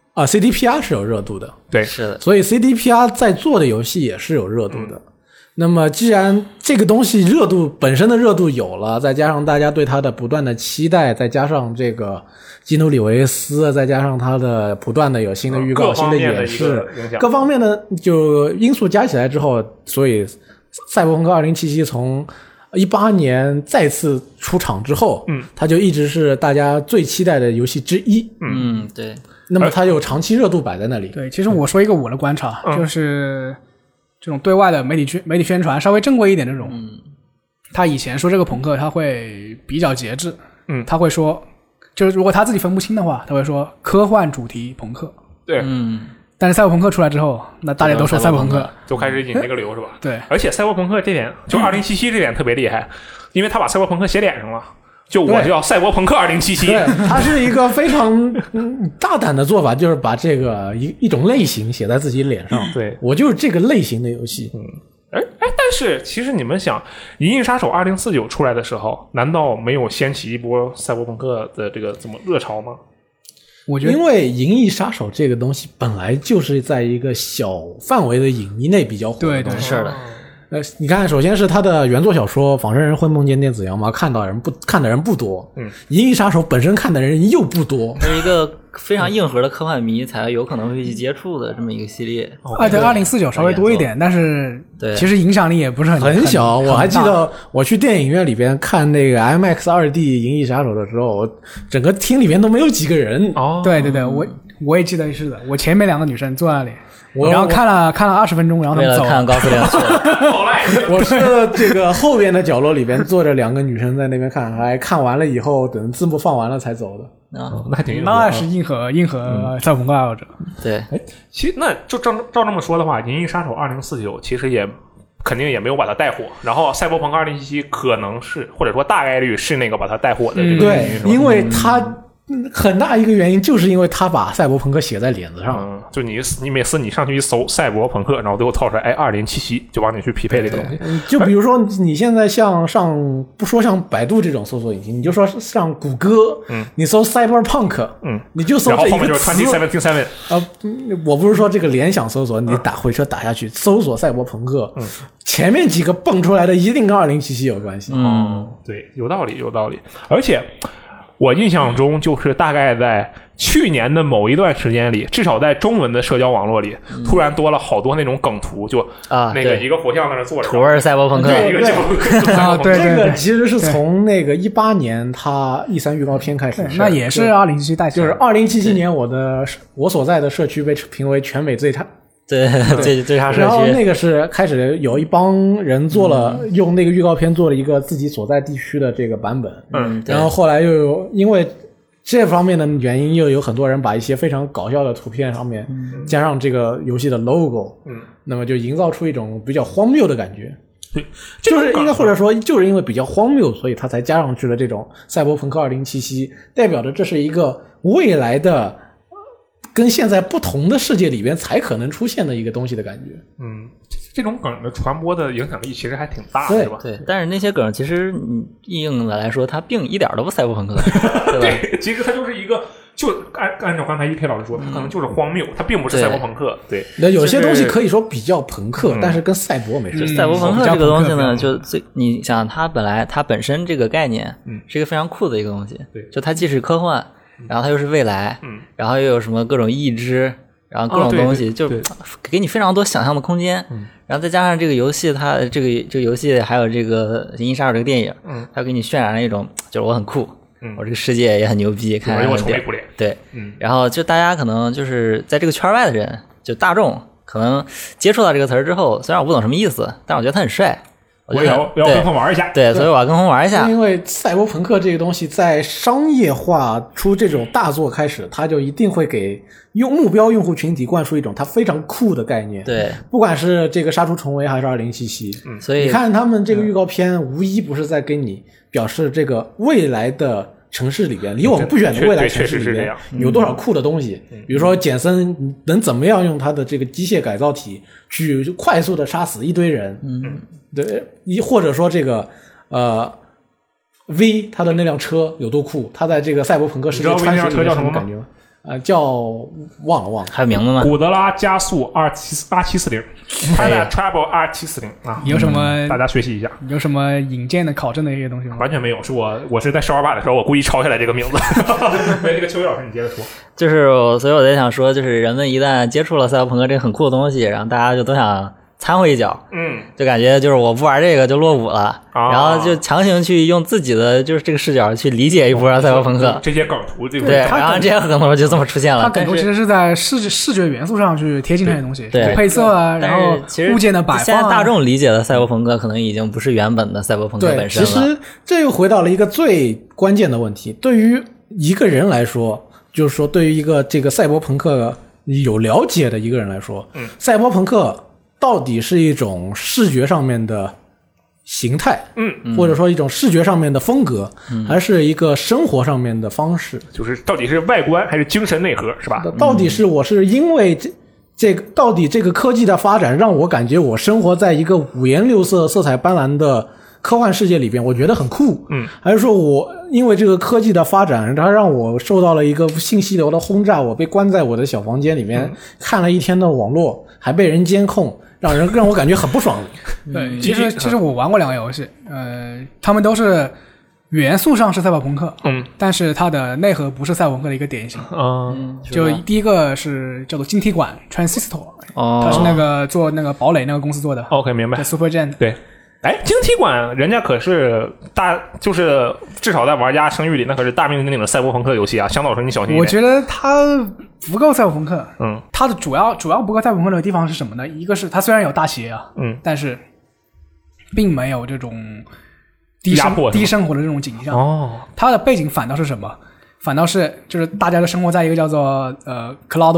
CDPR 是有热度的， 对， 是的， 所以 CDPR 在做的游戏也是有热度的。那么既然这个东西本身的热度有了，再加上大家对它的不断的期待，再加上这个基努里维斯，再加上它的不断的有新的预告、新的演示，各方面的就因素加起来之后，所以赛博朋克2077从18年再次出场之后，它就一直是大家最期待的游戏之一。 对。 那么它有长期热度摆在那里。 对，其实我说一个我的观察，就是这种对外的媒体宣传稍微正规一点这种，他以前说这个朋克他会比较节制，他会说，就是如果他自己分不清的话，他会说科幻主题朋克， 对， 但是赛博朋克出来之后，那大家都说赛博朋克， 就开始引这个流是吧？ 对， 而且赛博朋克这点，就2077这点特别厉害，因为他把赛博朋克写脸上了。就我叫赛博朋克2077， 对，它是一个非常大胆的做法，就是把这个一种类型写在自己脸上。 对， 我就是这个类型的游戏。 但是其实你们想，《银翼杀手2049》出来的时候，难道没有掀起一波赛博朋克的这个怎么热潮吗？ 我觉得， 因为《银翼杀手》这个东西本来就是在一个小范围的影迷内比较火的东西。 对，是的。 你看，首先是他的原作小说《仿生人会梦见电子羊毛》看的人不多，银翼杀手本身看的人又不多， 是一个非常硬核的科幻迷才有可能会去接触的这么一个系列。 对，2049稍微多一点，但是其实影响力也不是很小。我还记得我去电影院里边看那个 IMAX 2D 银翼杀手的时候，整个厅里面都没有几个人。 对，我也记得是的，我前面2个女生坐那里。然后看了20分钟，然后他们走了。 为了看高斯亮去了。 我是这个后边的角落里边坐着2个女生在那边看，还看完了以后，等字幕放完了才走的。 那是硬核赛博朋克爱好者。 对， 其实那就照这么说的话，《银翼杀手2049》其实肯定也没有把它带火，然后赛博朋克2077可能是或者说大概率是那个把它带火的这个原因， 对，因为它。很大一个原因就是因为他把赛博朋克写在脸子上， 就你每次你上去一搜赛博朋克，然后最后套出来2077，就帮你去匹配这个东西。 就比如说你现在不说像百度这种搜索引擎，你就说像谷歌，你搜 Cyberpunk，你就搜这一个词，然后后面就是2077。 我不是说这个联想搜索，你回车打下去搜索赛博朋克，前面几个蹦出来的一定跟2077有关系。 对，有道理，而且。我印象中就是大概在去年的某一段时间里，至少在中文的社交网络里，突然多了好多那种梗图，就那个一个佛像在那坐着， 土味赛博朋克， 一个叫对， 这个其实是从那个18年他E3预告片开始， 那也是2077带起来，就是2077年我所在的社区被评为全美最差。 对，最差社区。 然后那个是开始有一帮人用那个预告片做了一个自己所在地区的这个版本，然后后来又有因为这方面的原因，又有很多人把一些非常搞笑的图片上面加上这个游戏的 logo，那么就营造出一种比较荒谬的感觉。 对， 就是应该或者说就是因为比较荒谬，所以他才加上去了这种赛博朋克2077，代表着这是一个未来的。跟现在不同的世界里边才可能出现的一个东西的感觉。 这种梗的传播的影响力其实还挺大的，是吧？ 对，但是那些梗其实硬的来说，它并一点都不赛博朋克，对吧？ 对，其实它就是一个，就按照刚才1K 老师说，它可能就是荒谬，它并不是赛博朋克。对， 那有些东西可以说比较朋克，但是跟赛博没事。 赛博朋克这个东西呢，就你想它本身这个概念是一个非常酷的一个东西， 对， 就它既是科幻。然后它又是未来，然后又有什么各种义肢，然后各种东西，就给你非常多想象的空间。然后再加上这个游戏，它这个游戏还有这个《银翼杀手》这个电影，它给你渲染了一种就是我很酷，我这个世界也很牛逼，看着很屌。对，然后就大家可能就是在这个圈外的人，就大众可能接触到这个词儿之后，虽然我不懂什么意思，但我觉得它很帅。 我要跟风玩一下。 对，所以我要跟风玩一下。 因为赛博朋克这个东西在商业化出这种大作开始，它就一定会给目标用户群体灌输一种它非常酷的概念。 对， 不管是这个杀出重围还是2077， 所以你看他们这个预告片，无一不是在跟你表示这个未来的城市里边，离我们不远的未来城市里边有多少酷的东西。比如说简森能怎么样用他的这个机械改造体去快速的杀死一堆人，对，或者说这个V 他的那辆车有多酷，他在这个赛博朋克世界穿行里面什么感觉吗？叫忘了， 还有名字吗？ 古德拉加速2740，它的 Travel 2740啊， 有什么大家学习一下？ 有什么引荐的、考证的一些东西吗？ 完全没有，是我是在少儿吧的时候，我故意抄下来这个名字。这个秋雨老师，你接着说。 就是所以我在想说，就是人们一旦接触了赛博朋克这个很酷的东西，然后大家就都想掺和一脚，就感觉就是我不玩这个就落伍了，然后就强行去用自己的就是这个视角去理解一波赛博朋克这些梗图，对， 然后这些梗图就这么出现了。 它梗图其实是在视觉元素上去贴近这些东西， 对配色啊，然后物件的摆放。 现在大众理解的赛博朋克可能已经不是原本的赛博朋克本身了。 其实这又回到了一个最关键的问题，对于一个人来说，就是说对于一个这个赛博朋克有了解的一个人来说，赛博朋克到底是一种视觉上面的形态，或者说一种视觉上面的风格，还是一个生活上面的方式？ 就是到底是外观还是精神内核，是吧？ 到底是我是因为这个到底这个科技的发展让我感觉我生活在一个五颜六色、色彩斑斓的科幻世界里边，我觉得很酷，还是说我因为这个科技的发展，它让我受到了一个信息流的轰炸，我被关在我的小房间里面，看了一天的网络，还被人监控，让我感觉很不爽。 对，其实我玩过两个游戏，他们都是元素上是赛博朋克，但是它的内核不是赛博朋克的一个典型。就第一个是叫做晶体管 Transistor，它是那个做那个堡垒那个公司做的。 OK， 明白。 Supergen。 对。哎，晶体管人家可是就是至少在玩家声誉里，那可是大名鼎鼎的赛博朋克游戏啊。香老师，你小心一点。 我觉得它不够赛博朋克。它的主要不够赛博朋克的地方是什么呢？一个是它虽然有大企业啊，但是并没有这种低生活的这种景象。它的背景反倒是什么？反倒是就是大家都生活在一个叫做Cloud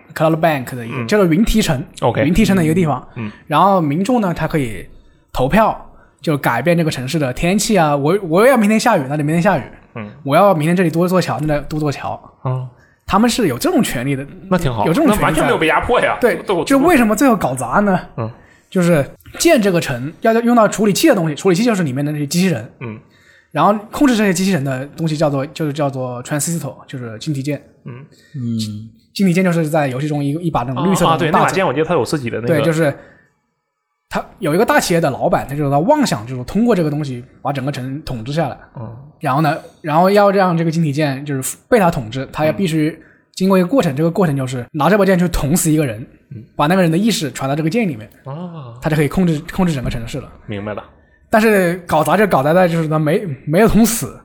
Bank 的一个叫做云梯城，OK， 云梯城的一个地方。然后民众呢，他可以投票，就改变这个城市的天气啊！我要明天下雨，那就明天下雨。我要明天这里多座桥，那多座桥。他们是有这种权利的， 那挺好， 有这种权利， 那完全没有被压迫呀。 对，就为什么最后搞砸呢？就是建这个城要用到处理器的东西，处理器就是里面的那些机器人。然后控制这些机器人的东西叫做 transistor， 就是晶体键。晶体键就是在游戏中一把那种绿色的大对，那把键我记得它有自己的那个。 对，就是他有一个大企业的老板，他就是他妄想就是通过这个东西把整个城统治下来。然后呢，然后要让这个晶体键就是被他统治，他要必须经过一个过程，这个过程就是拿这把剑去捅死一个人，把那个人的意识传到这个剑里面，他就可以控制整个城市了。 明白了。 但是搞砸就搞砸在就是他没有捅死，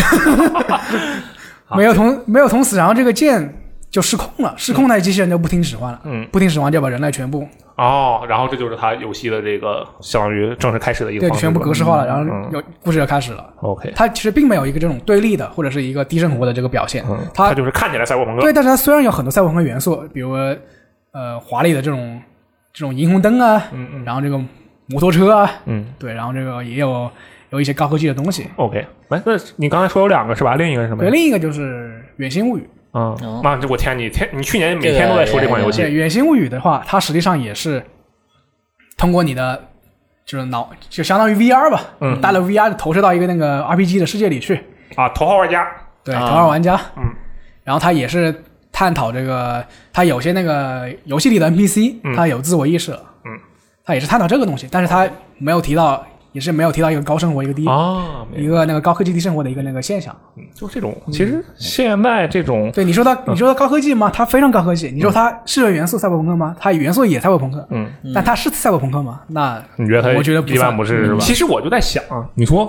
没有捅死，然后这个剑就失控了，失控那机器人就不听使唤了，不听使唤就把人类全部然后这就是他游戏的这个相当于正式开始的一个方式， 对，全部格式化了，然后故事就开始了。 OK， 它其实并没有一个这种对立的或者是一个低生活的这个表现， 它就是看起来赛博朋克， 对，但是它虽然有很多赛博朋克元素，比如华丽的这种霓虹灯啊，然后这个摩托车啊，对，然后这个也有一些高科技的东西。 OK， 那你刚才说有两个是吧？另一个是什么？ 对，另一个就是《远星物语》。 妈，我天，你去年每天都在说这款游戏。 对，《远星物语》的话，它实际上也是通过你的就是就相当于 VR 吧，带了 VR 投射到一个那个 RPG 的世界里去啊，头号玩家。 对，头号玩家。然后它也是探讨这个，它有些那个游戏里的 NPC，它有自我意识了。它也是探讨这个东西，但是它没有提到一个高生活一个一个那个高科技低生活的一个那个现象。 就这种，其实现在这种， 对你说它高科技吗？它非常高科技。你说它是元素赛博朋克吗？它元素也赛博朋克。但它是赛博朋克吗？那你觉得它？ 我觉得一般不是，是吧？其实我就在想，你说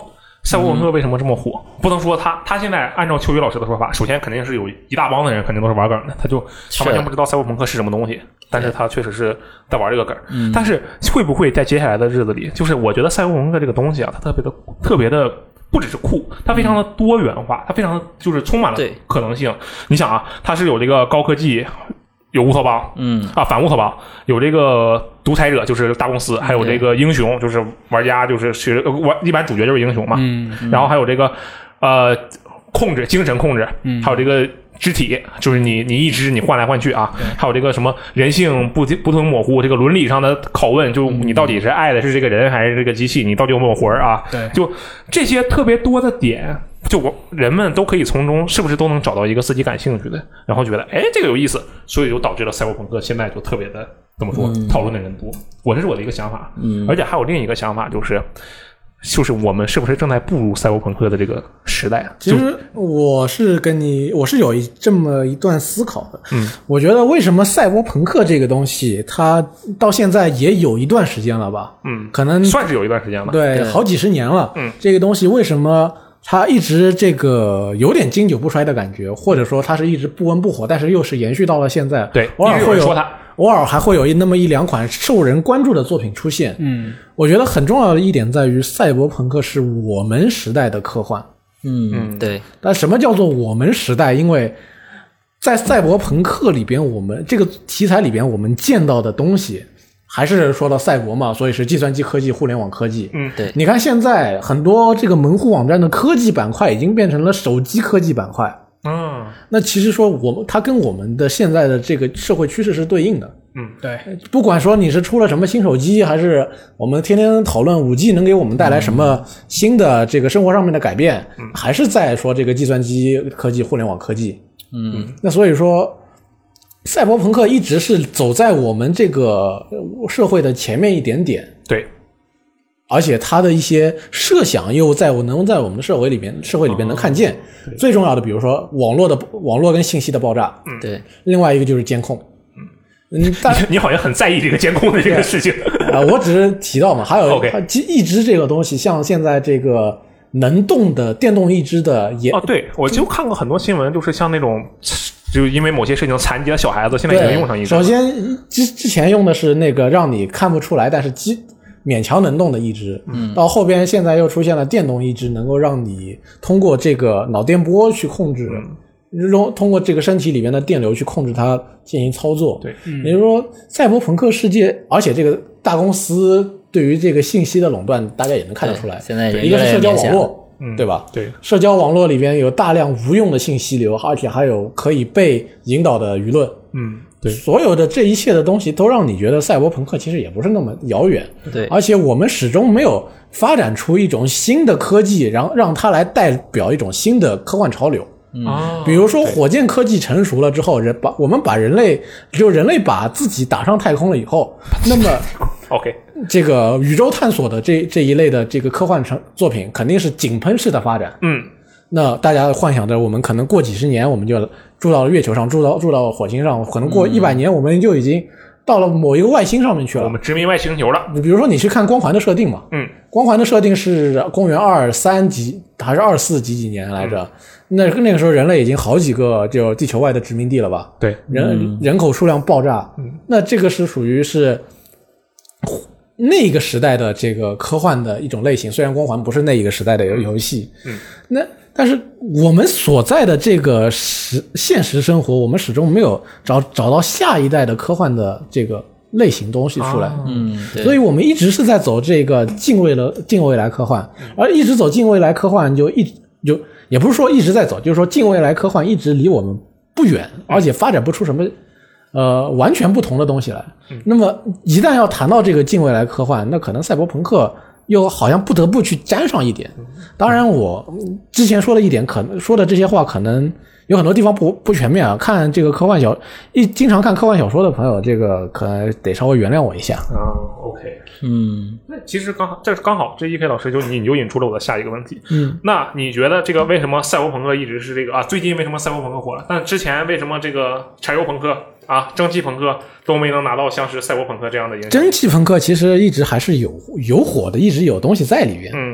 赛博朋克为什么这么火？不能说他现在按照秋雨老师的说法，首先肯定是有一大帮的人肯定都是玩梗的，他完全不知道赛博朋克是什么东西，但是他确实是在玩这个梗。但是会不会在接下来的日子里，就是我觉得赛博朋克这个东西啊，它特别的不只是酷，它非常的多元化，它非常的就是充满了可能性。你想啊，它是有这个高科技。有乌托邦，反乌托邦，有这个独裁者，就是大公司，还有这个英雄，就是玩家，就是一般主角就是英雄嘛，然后还有这个控制精神控制，还有这个肢体，就是你意志你换来换去啊，还有这个什么人性不同模糊，这个伦理上的拷问，就你到底是爱的是这个人还是这个机器，你到底有没有魂啊？ 对， 就这些特别多的点。就人们都可以从中是不是都能找到一个自己感兴趣的，然后觉得这个有意思，所以就导致了赛博朋克现在就特别的怎么说，讨论的人多。这是我的一个想法，而且还有另一个想法就是我们是不是正在步入赛博朋克的这个时代？ 其实我是有这么一段思考的。我觉得为什么赛博朋克这个东西，它到现在也有一段时间了吧？可能算是有一段时间了， 对，好几十年了。这个东西为什么？它一直这个有点经久不衰的感觉，或者说它是一直不温不火，但是又是延续到了现在。 对， 偶尔还会有那么一两款受人关注的作品出现。我觉得很重要的一点在于，赛博朋克是我们时代的科幻。 对。 但什么叫做我们时代？因为在赛博朋克里边，我们这个题材里边，我们见到的东西。还是说到赛博嘛，所以是计算机科技、互联网科技。 对。 你看现在很多这个门户网站的科技板块已经变成了手机科技板块。那其实说它跟我们的现在的这个社会趋势是对应的。 对。 不管说你是出了什么新手机，还是我们天天讨论 5G 能给我们带来什么新的这个生活上面的改变，还是在说这个计算机科技、互联网科技。那所以说。赛博朋克一直是走在我们这个社会的前面一点点， 对， 而且它的一些设想又能在我们的社会里边能看见。最重要的，比如说网络跟信息的爆炸， 对， 另外一个就是监控。 你好像很在意这个监控的这个事情我只是提到嘛，还有义肢这个东西，像现在这个能动的电动义肢的也对，我就看过很多新闻，就是像那种。就因为某些事情残疾的小孩子，现在已经用上一个。 首先，之前用的是那个让你看不出来，但是勉强能动的义肢。到后边现在又出现了电动义肢，能够让你通过这个脑电波去控制，通过这个身体里面的电流去控制它进行操作。 对， 也就是说，赛博朋克世界，而且这个大公司对于这个信息的垄断，大家也能看得出来。 现在一个是社交网络。对吧？ 对， 社交网络里边有大量无用的信息流，而且还有可以被引导的舆论。对，所有的这一切的东西都让你觉得赛博朋克其实也不是那么遥远。 对， 而且我们始终没有发展出一种新的科技，然后让它来代表一种新的科幻潮流。比如说火箭科技成熟了之后，我们把人类把自己打上太空了以后，那么 OK， 这个宇宙探索的这一类的这个科幻作品肯定是井喷式的发展。那大家幻想着我们可能过几十年我们就住到了月球上，住到火星上，可能过100年我们就已经到了某一个外星上面去了， 我们殖民外星球了。 比如说你去看光环的设定嘛，光环的设定是公元23几还是24几年来着？那个时候人类已经好几个就地球外的殖民地了吧？ 对， 人口数量爆炸。那这个是属于是那个时代的这个科幻的一种类型，虽然光环不是那一个时代的游戏。但是我们所在的这个现实生活，我们始终没有找到下一代的科幻的这个类型东西出来。所以我们一直是在走这个近未来科幻，而一直走近未来科幻就也不是说一直在走，就是说近未来科幻一直离我们不远，而且发展不出什么完全不同的东西来。那么一旦要谈到这个近未来科幻，那可能赛博朋克又好像不得不去沾上一点。当然我之前说了一点，可能说的这些话可能有很多地方不全面啊。看这个经常看科幻小说的朋友，这个可能得稍微原谅我一下。 OK， 那其实刚好这 EK 老师你就引出了我的下一个问题。那你觉得这个为什么赛博朋克一直是这个最近为什么赛博朋克火了？但之前为什么这个柴油朋克蒸汽朋克都没能拿到像是赛博朋克这样的影响？ 蒸汽朋克其实一直还是有火的，一直有东西在里边。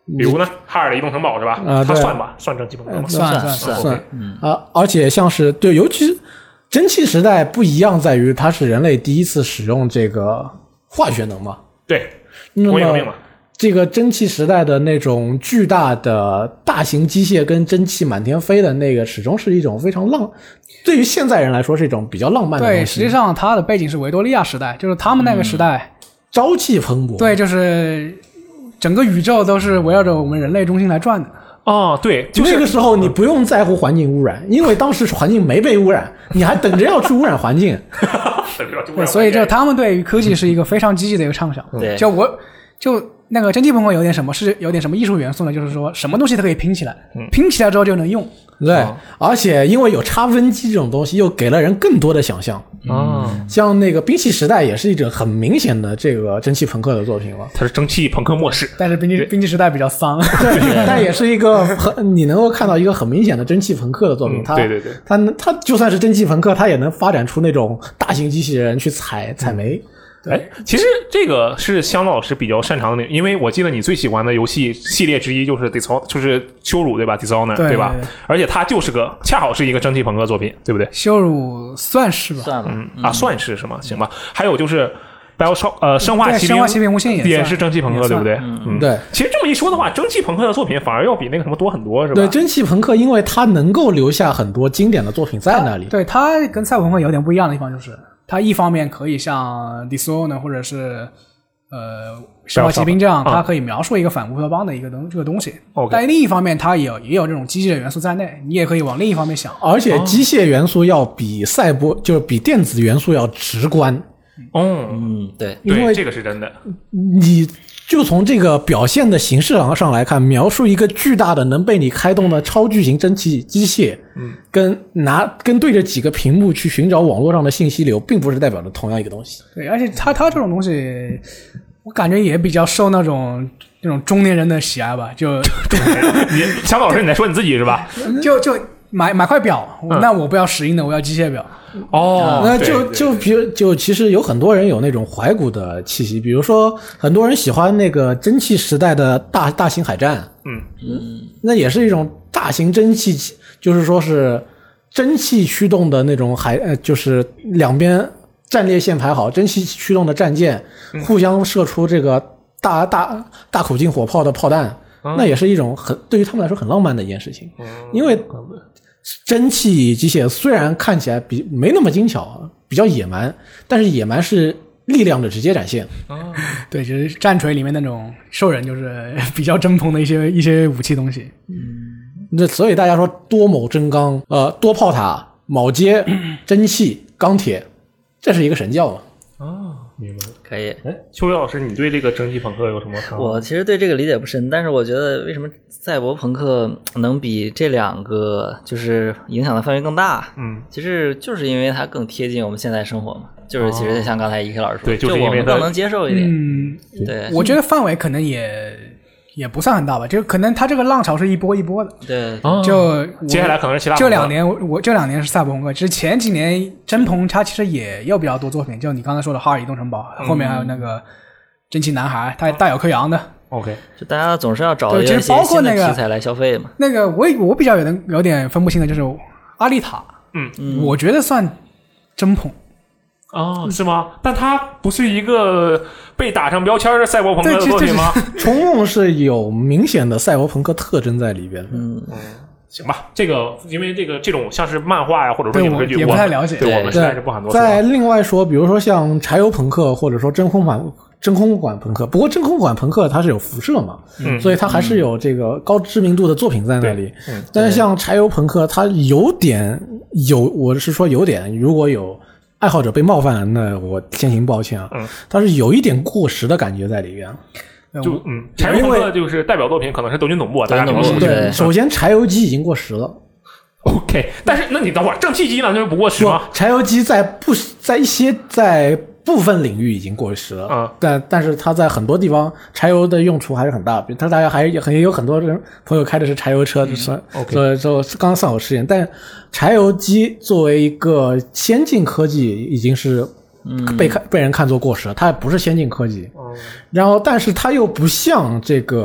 比如呢，哈尔的移动城堡是吧？它算吧，算蒸汽朋克吗？ 算。 而且像是对，尤其是蒸汽时代不一样在于它是人类第一次使用这个化学能嘛。 对，工业革命嘛。 这个蒸汽时代的那种巨大的大型机械跟蒸汽满天飞的那个，始终是一种非常对于现在人来说是一种比较浪漫的东西。 对，实际上它的背景是维多利亚时代，就是他们那个时代， 朝气蓬勃。 对，就是整个宇宙都是围绕着我们人类中心来转的。 哦，对，就是那个时候你不用在乎环境污染，因为当时环境没被污染，你还等着要去污染环境。 对，所以就他们对于科技是一个非常积极的一个畅想。 对， 就那个蒸汽朋克有点什么艺术元素呢？就是说什么东西都可以拼起来，拼起来之后就能用。 对，而且因为有差分机这种东西，又给了人更多的想象。像那个兵器时代也是一种很明显的这个蒸汽朋克的作品了。 它是蒸汽朋克末世， 但是兵器时代比较丧。 对，但也是一个你能够看到一个很明显的蒸汽朋克的作品。 对， 它就算是蒸汽朋克，它也能发展出那种大型机器人去采煤。 其实这个是香老师比较擅长的，因为我记得你最喜欢的游戏系列之一就是就是羞辱，对吧 ？Dishonor 对吧？而且它就是恰好是一个蒸汽朋克作品，对不对？ 羞辱算是吧， 算吧，算是吗？行吧。还有就是生化奇兵无限也是蒸汽朋克，对不对？ 对。 其实这么一说的话，蒸汽朋克的作品反而要比那个什么多很多，是吧？ 对，蒸汽朋克因为它能够留下很多经典的作品在那里。 对，它跟赛博朋克有点不一样的地方就是。它一方面可以像 Dishonor 或者是生化奇兵这样，它可以描述一个反乌托邦的这个东西。但另一方面，它也有这种机械的元素在内，你也可以往另一方面想。 而且机械元素要比就是比电子元素要直观。 对， 因为这个是真的。 你就从这个表现的形式上来看，描述一个巨大的能被你开动的超巨型蒸汽机械，跟对着几个屏幕去寻找网络上的信息流，并不是代表着同样一个东西。 对，而且它这种东西，我感觉也比较受那种中年人的喜爱吧。就小老师，你在说你自己是吧？ 就买块表，那我不要石英的，我要机械表。 那就其实有很多人有那种怀古的气息，比如说很多人喜欢那个蒸汽时代的大型海战，那也是一种大型蒸汽，就是说是蒸汽驱动的那种就是两边战列线排好，蒸汽驱动的战舰互相射出这个大口径火炮的炮弹，那也是一种对于他们来说很浪漫的一件事情，因为蒸汽机械虽然看起来没那么精巧，比较野蛮，但是野蛮是力量的直接展现。 对，就是战锤里面那种兽人，就是比较真蓬的一些武器东西。 那所以大家说多铆真钢，多炮塔、铆接、蒸汽、钢铁，这是一个神教嘛？ 明白， 可以。 秋雨老师，你对这个蒸汽朋克有什么看法？ 我其实对这个理解不深，但是我觉得为什么赛博朋克能比这两个就是影响的范围更大？其实就是因为它更贴近我们现在生活嘛。就是其实像刚才EK老师说， 对，就是因为更能接受一点。对， 我觉得范围可能也不算很大吧，就可能它这个浪潮是一波一波的。 对， 就接下来可能是其他。 这2年这2年是赛博朋克，其实前几年真朋它其实也有比较多作品，就你刚才说的哈尔移动城堡，后面还有那个蒸汽男孩，它大有克洋的。 OK， 就大家总是要找一些新的题材来消费嘛。 那个我比较有点分不清的就是阿丽塔，我觉得算真朋。 是吗？但它不是一个被打上标签的赛博朋克的作品吗？ 虫梦是有明显的赛博朋克特征在里边的。 行吧，这个因为这种像是漫画呀，或者说影视剧， 也不太了解， 对我们实在是不很多。 再另外说，比如说像柴油朋克，或者说真空管朋克，不过真空管朋克它是有辐射嘛，所以它还是有这个高知名度的作品在那里。但是像柴油朋克，它我是说有点，如果有爱好者被冒犯，那我先行抱歉啊。它是有一点过时的感觉在里边。 柴油朋克就是代表作品可能是斗军总部，大家对，首先柴油机已经过时了。 OK， 但是那你等会儿蒸汽机呢，就是不过时吗？ 柴油机在部分领域已经过时了，但是它在很多地方柴油的用处还是很大，比如大家也有很多人朋友开的是柴油车，所以说刚刚算有试验。但柴油机作为一个先进科技，已经是被人看作过时了，它不是先进科技。然后，但是它又不像这个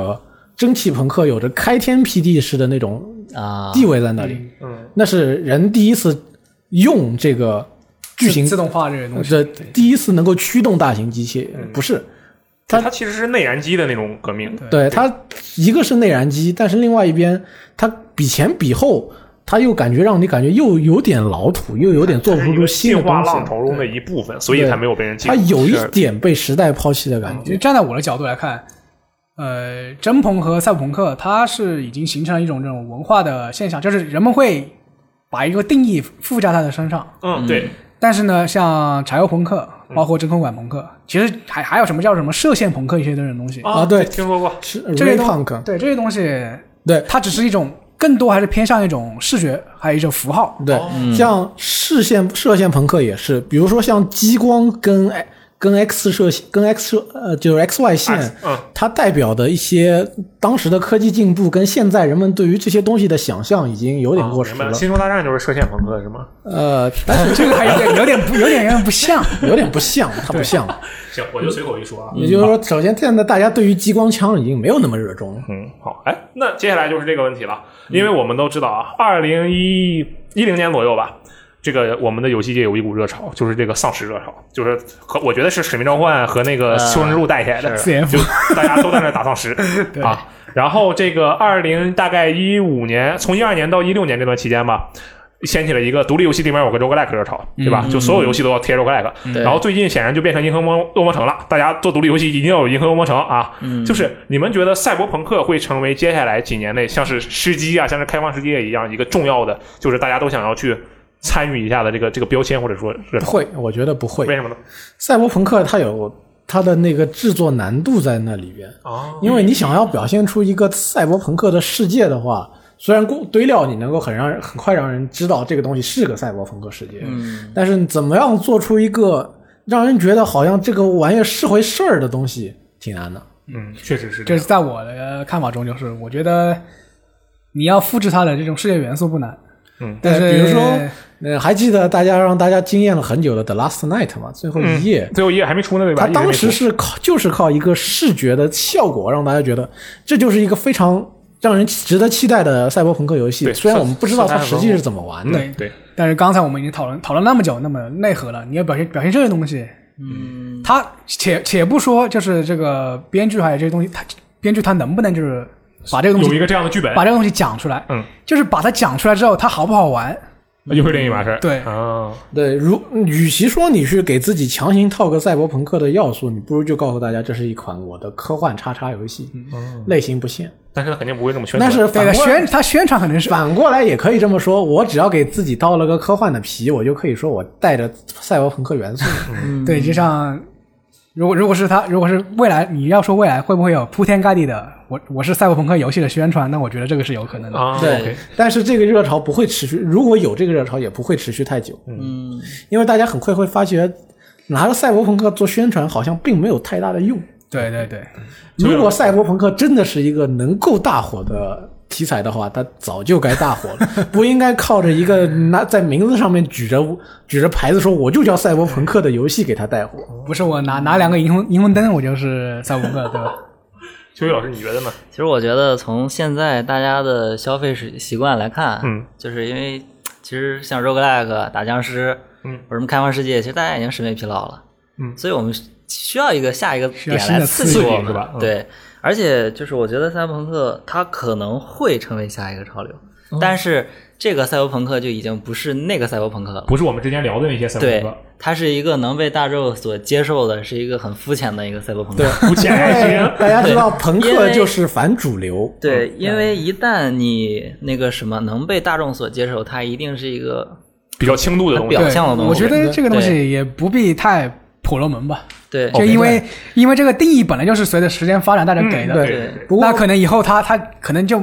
蒸汽朋克有着开天辟地式的那种地位在那里，那是人第一次用这个巨型自动化这个东西， 第一次能够驱动大型机器，不是。 它其实是内燃机的那种革命， 对，它一个是内燃机，但是另外一边它比前比后，它又让你感觉又有点老土，又有点做不出新的东西。 进化浪潮中的一部分，所以才没有被人记住。 它有一点被时代抛弃的感觉。 站在我的角度来看，真朋和赛博朋克，它是已经形成了一种这种文化的现象，就是人们会把一个定义附加它的身上。 对。 但是呢，像柴油朋克，包括真空管朋克，其实还有什么叫什么射线朋克一些这种东西对， 听说过。 这些对这些东西，对它只是一种更多还是偏向一种视觉，还有一种符号。 对，像射线朋克也是，比如说像激光跟 X 射线跟 X 就是 XY 线，它代表的一些当时的科技进步跟现在人们对于这些东西的想象已经有点过时了。 星球大战就是射线朋克是吗？ 但是这个还有点不像， 有点不像，它不像。 行，我就随口一说啊。 也就是说，首先现在大家对于激光枪已经没有那么热衷了。 好，那接下来就是这个问题了，因为我们都知道啊，2010年左右吧。这个我们的游戏界有一股热潮，就是这个丧尸热潮，就是我觉得是《使命召唤》和那个《修真之路》带起来的，就大家都在那打丧尸啊。然后这个大概15年，从12年到16年这段期间吧，掀起了一个独立游戏里面有个 roguelike 热潮，对吧？就所有游戏都要贴 roguelike，然后最近显然就变成银河恶魔城了，大家做独立游戏一定要有银河恶魔城啊。就是你们觉得赛博朋克会成为接下来几年内像是吃鸡啊，像是开放世界一样一个重要的，就是大家都想要去参与一下的这个标签，或者说不会，我觉得不会。 为什么呢？ 赛博朋克它有它的那个制作难度在那里边因为你想要表现出一个赛博朋克的世界的话，虽然堆料你能够很快让人知道这个东西是个赛博朋克世界，但是怎么样做出一个让人觉得好像这个玩意是回事儿的东西，挺难的。 确实是。 这是在我的看法中，就是我觉得你要复制它的这种世界元素不难。 但是比如说，还记得让大家惊艳了很久的《The Last Night》吗？最后一页， 最后一页还没出呢，对吧？ 他当时就是靠一个视觉的效果，让大家觉得这就是一个非常让人值得期待的赛博朋克游戏。虽然我们不知道它实际是怎么玩的， 对。 但是刚才我们已经讨论那么久，那么内核了，你要表现这些东西，他且不说就是这个编剧还有这些东西，编剧他能不能就是把这个东西有一个这样的剧本， 把这个东西讲出来，就是把它讲出来之后，它好不好玩， 又是另一码事。 对对，与其说你去给自己强行套个赛博朋克的要素，你不如就告诉大家这是一款我的科幻叉游戏，类型不限。 但是他肯定不会这么宣传。 但是他宣传肯定是反过来也可以这么说，我只要给自己套了个科幻的皮，我就可以说我带着赛博朋克元素。 对，就像如果是未来，你要说未来会不会有铺天盖地的我是赛博朋克游戏的宣传，那我觉得这个是有可能的。 对，但是这个热潮不会持续，如果有这个热潮也不会持续太久。因为大家很快会发觉拿着赛博朋克做宣传好像并没有太大的用。 对对对， 如果赛博朋克真的是一个能够大火的题材的话，它早就该大火了，不应该靠着一个在名字上面举着牌子说我就叫赛博朋克的游戏给它带火。 不是我拿两个荧光灯我就是赛博朋克，对吧？ 秋雨老师你觉得呢？ 其实我觉得从现在大家的消费习惯来看，就是因为其实像 roguelike 打僵尸，或者什么开放世界，其实大家已经审美疲劳了，所以我们需要下一个点来刺激我们， 是吧？ 对，而且就是我觉得赛博朋克它可能会成为下一个潮流，但是这个赛博朋克就已经不是那个赛博朋克了， 不是我们之前聊的那些赛博朋克。 对，它是一个能被大众所接受的，是一个很肤浅的一个赛博朋克。 对，肤浅还行。大家知道朋克就是反主流。 对，因为一旦你那个什么能被大众所接受，它一定是一个比较轻度的东西， 表象的东西。 我觉得这个东西也不必太婆罗门吧。 对， 就因为这个定义本来就是随着时间发展大家给的。 对，不过那可能以后它可能就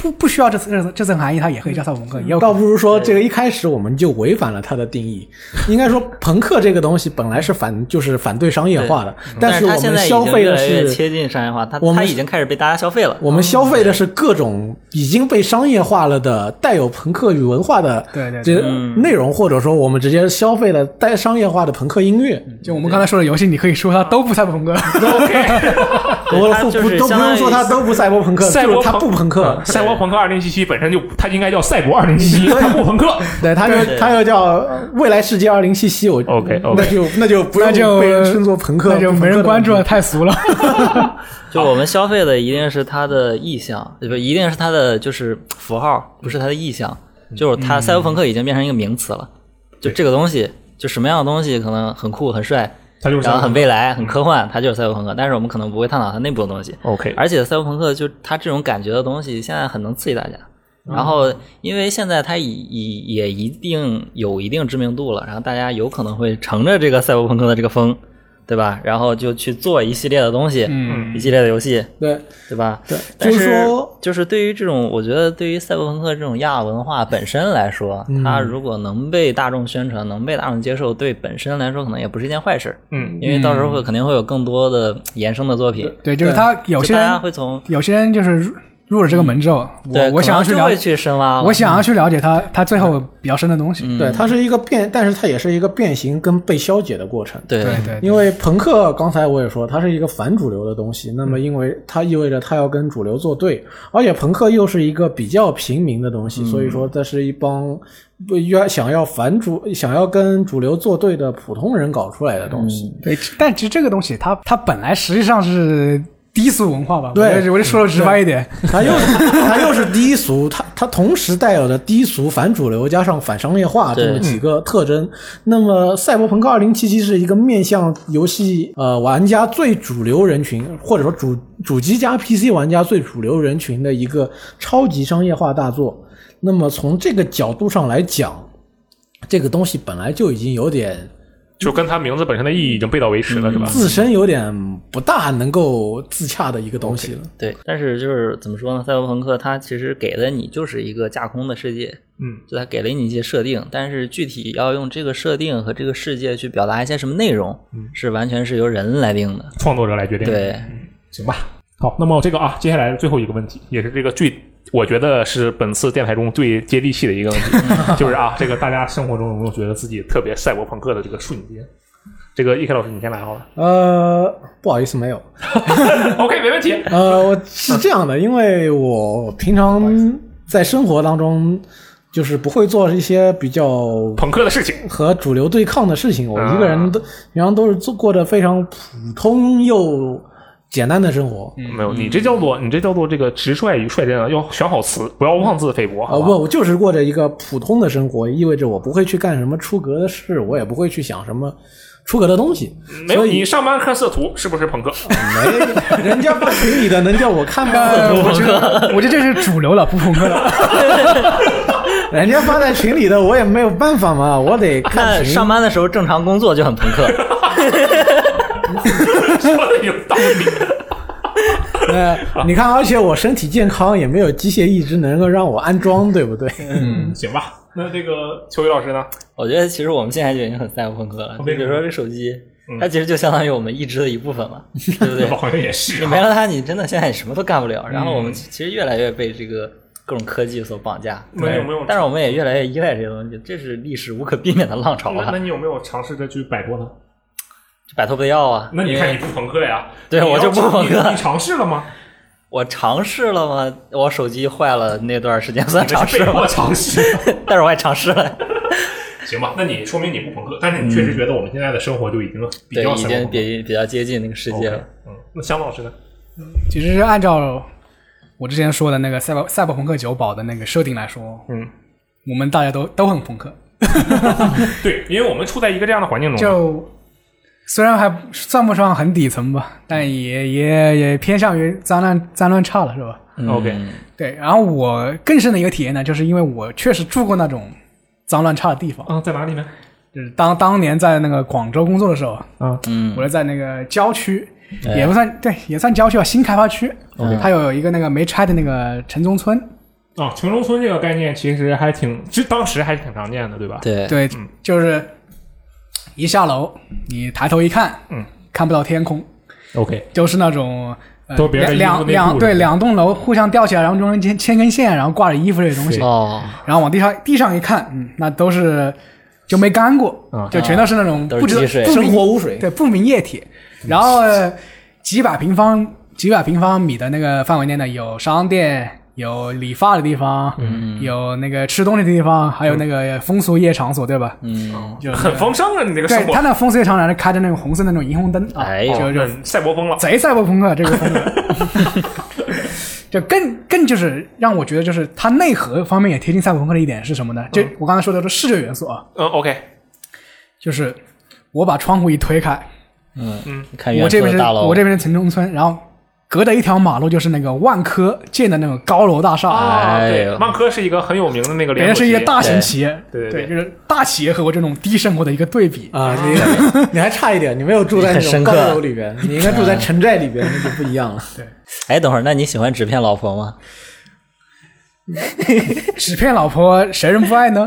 不需要这层含义，它也可以叫赛博朋克。也有倒不如说这个一开始我们就违反了它的定义。应该说，朋克这个东西本来是就是反对商业化的，但是我们消费的是切近商业化，它已经开始被大家消费了。 我们消费的是各种已经被商业化了的带有朋克与文化的这内容，或者说我们直接消费了带商业化的朋克音乐。 就我们刚才说的游戏，你可以说它都不赛博朋克。 我都不用说它都不赛博朋克，就是它不朋克。 赛博朋克2077本身就它应该叫赛博2077，它不朋克。 对，它又叫未来世界2077。 OK， 那就不用被人称作朋克， 那就没人关注了，太俗了。 就我们消费的一定是它的意象，不一定是它的就是符号，不是它的意象。就是它赛博朋克已经变成一个名词了。就这个东西，就什么样的东西可能很酷很帅。然后很未来很科幻，它就是赛博朋克，但是我们可能不会探讨它内部的东西。 OK， 而且赛博朋克就它这种感觉的东西，现在很能刺激大家。然后因为现在它也一定有一定知名度了，然后大家有可能会乘着这个赛博朋克的这个风，对吧？然后就去做一系列的东西，一系列的游戏，对吧？ 对， 但是就是对于这种，我觉得对于赛博朋克这种亚文化本身来说，它如果能被大众宣传，能被大众接受，对本身来说可能也不是一件坏事。因为到时候肯定会有更多的衍生的作品。 对，就是它有些人会从有些人就是入了这个门之后，我想要去了解， 去深挖， 我想要去了解它最后比较深的东西。 对，它是一个但是它也是一个变形跟被消解的过程。 对， 因为朋克刚才我也说，它是一个反主流的东西，那么因为它意味着它要跟主流作对，而且朋克又是一个比较平民的东西，所以说这是一帮想要跟主流作对的普通人搞出来的东西。 对，但其实这个东西它本来实际上是低俗文化吧？ 对， 我就说的直白一点， 它又是低俗，它同时带有的低俗、反主流加上反商业化这么几个特征。那么，赛博朋克2077是一个面向游戏玩家最主流人群，或者说主机加 PC 玩家最主流人群的一个超级商业化大作。那么从这个角度上来讲，这个东西本来就已经有点。 就跟它名字本身的意义已经背道为驰了，是吧？ 自身有点不大能够自洽的一个东西了。 对，但是就是怎么说呢？赛博朋克它其实给了你就是一个架空的世界，就它给了你一些设定，但是具体要用这个设定和这个世界去表达一些什么内容，是完全是由人来定的， 创作者来决定的。 对， 行吧。好，那么这个接下来最后一个问题，也是这个我觉得是本次电台中最接地气的一个问题，就是这个大家生活中有没有觉得自己特别赛博朋克的这个瞬间？这个易凯老师你先来好了。 不好意思，没有。 OK， 没问题。 我是这样的，因为我平常在生活当中就是不会做一些比较朋克的事情和主流对抗的事情，我一个人平常都是过着非常普通又简单的生活。 没有，你这叫做这个直率与率真啊，要选好词，不要妄自菲薄。 不，我就是过着一个普通的生活，意味着我不会去干什么出格的事，我也不会去想什么出格的东西。 没有，你上班看色图是不是朋克？ 没，人家发群里的能叫我看吗？ 我觉得这是主流了，不朋克了。 人家发在群里的，我也没有办法嘛，我得看群。 上班的时候正常工作就很朋克。 说的有道理。 你看，而且我身体健康，也没有机械意志能够让我安装，对不对？ 行吧。那这个秋雨老师呢？ 我觉得其实我们现在就已经很赛博朋克了。就比如说这手机，它其实就相当于我们意志的一部分了，对不对？ 好像也是。 你没了它，你真的现在什么都干不了。然后我们其实越来越被这个各种科技所绑架。 没有。 但是我们也越来越依赖这些东西，这是历史无可避免的浪潮啊。 那你有没有尝试着去摆脱它？ 摆脱不掉啊。 那你看你不朋克呀？ 对，我就不朋克。 你尝试了吗？ 我尝试了吗？我手机坏了那段时间算尝试吗？ 我尝试， 但是我也尝试了。 行吧，那你说明你不朋克，但是你确实觉得我们现在的生活就已经比较接近那个世界了。 那香老师呢？ 其实按照我之前说的那个赛博朋克9堡的那个设定来说，我们大家都很朋克。 对，因为我们处在一个这样的环境中， 就虽然还算不上很底层吧，但也偏向于脏乱差了，是吧 ？OK， 对。然后我更深的一个体验呢，就是因为我确实住过那种脏乱差的地方。 在哪里呢？ 就是当年在那个广州工作的时候，我是在那个郊区，也不算对，也算郊区吧，新开发区。它有一个那个没拆的那个城中村， 啊，城中村这个概念其实当时还是挺常见的，对吧？ 对对，就是一下楼，你抬头一看，看不到天空 ，OK， 就是那种。 都别人两栋楼互相吊起来，然后中间牵根线，然后挂着衣服这些东西，然后往地上一看，那都是就没干过，就全都是那种不知道生活污水， 对，不明液体。然后几百平方米的那个范围内呢，有商店，有理发的地方，有那个吃东西的地方，还有那个风俗业场所，对吧？就很丰盛啊，你这个生活。 对，他那风俗业场所开着那种红色的那种霓虹灯， 就赛博风了， 贼赛博朋克这个风格。就更就是让我觉得，就是它内核方面也贴近赛博朋克的一点是什么呢？就我刚才说的是视觉元素啊。 OK， 就是我把窗户一推开， 看远处的大楼， 我这边是城中村，然后隔着一条马路就是那个万科建的那种高楼大厦。 对，万科是一个很有名的那个连锁企业， 人家是一个大型企业， 对， 就是大企业和我这种低生活的一个对比啊。你还差一点，你没有住在那种高楼里边，你应该住在城寨里边，那就不一样了。 对， 哎，等会儿，那你喜欢纸片老婆吗？ 纸片老婆谁人不爱呢？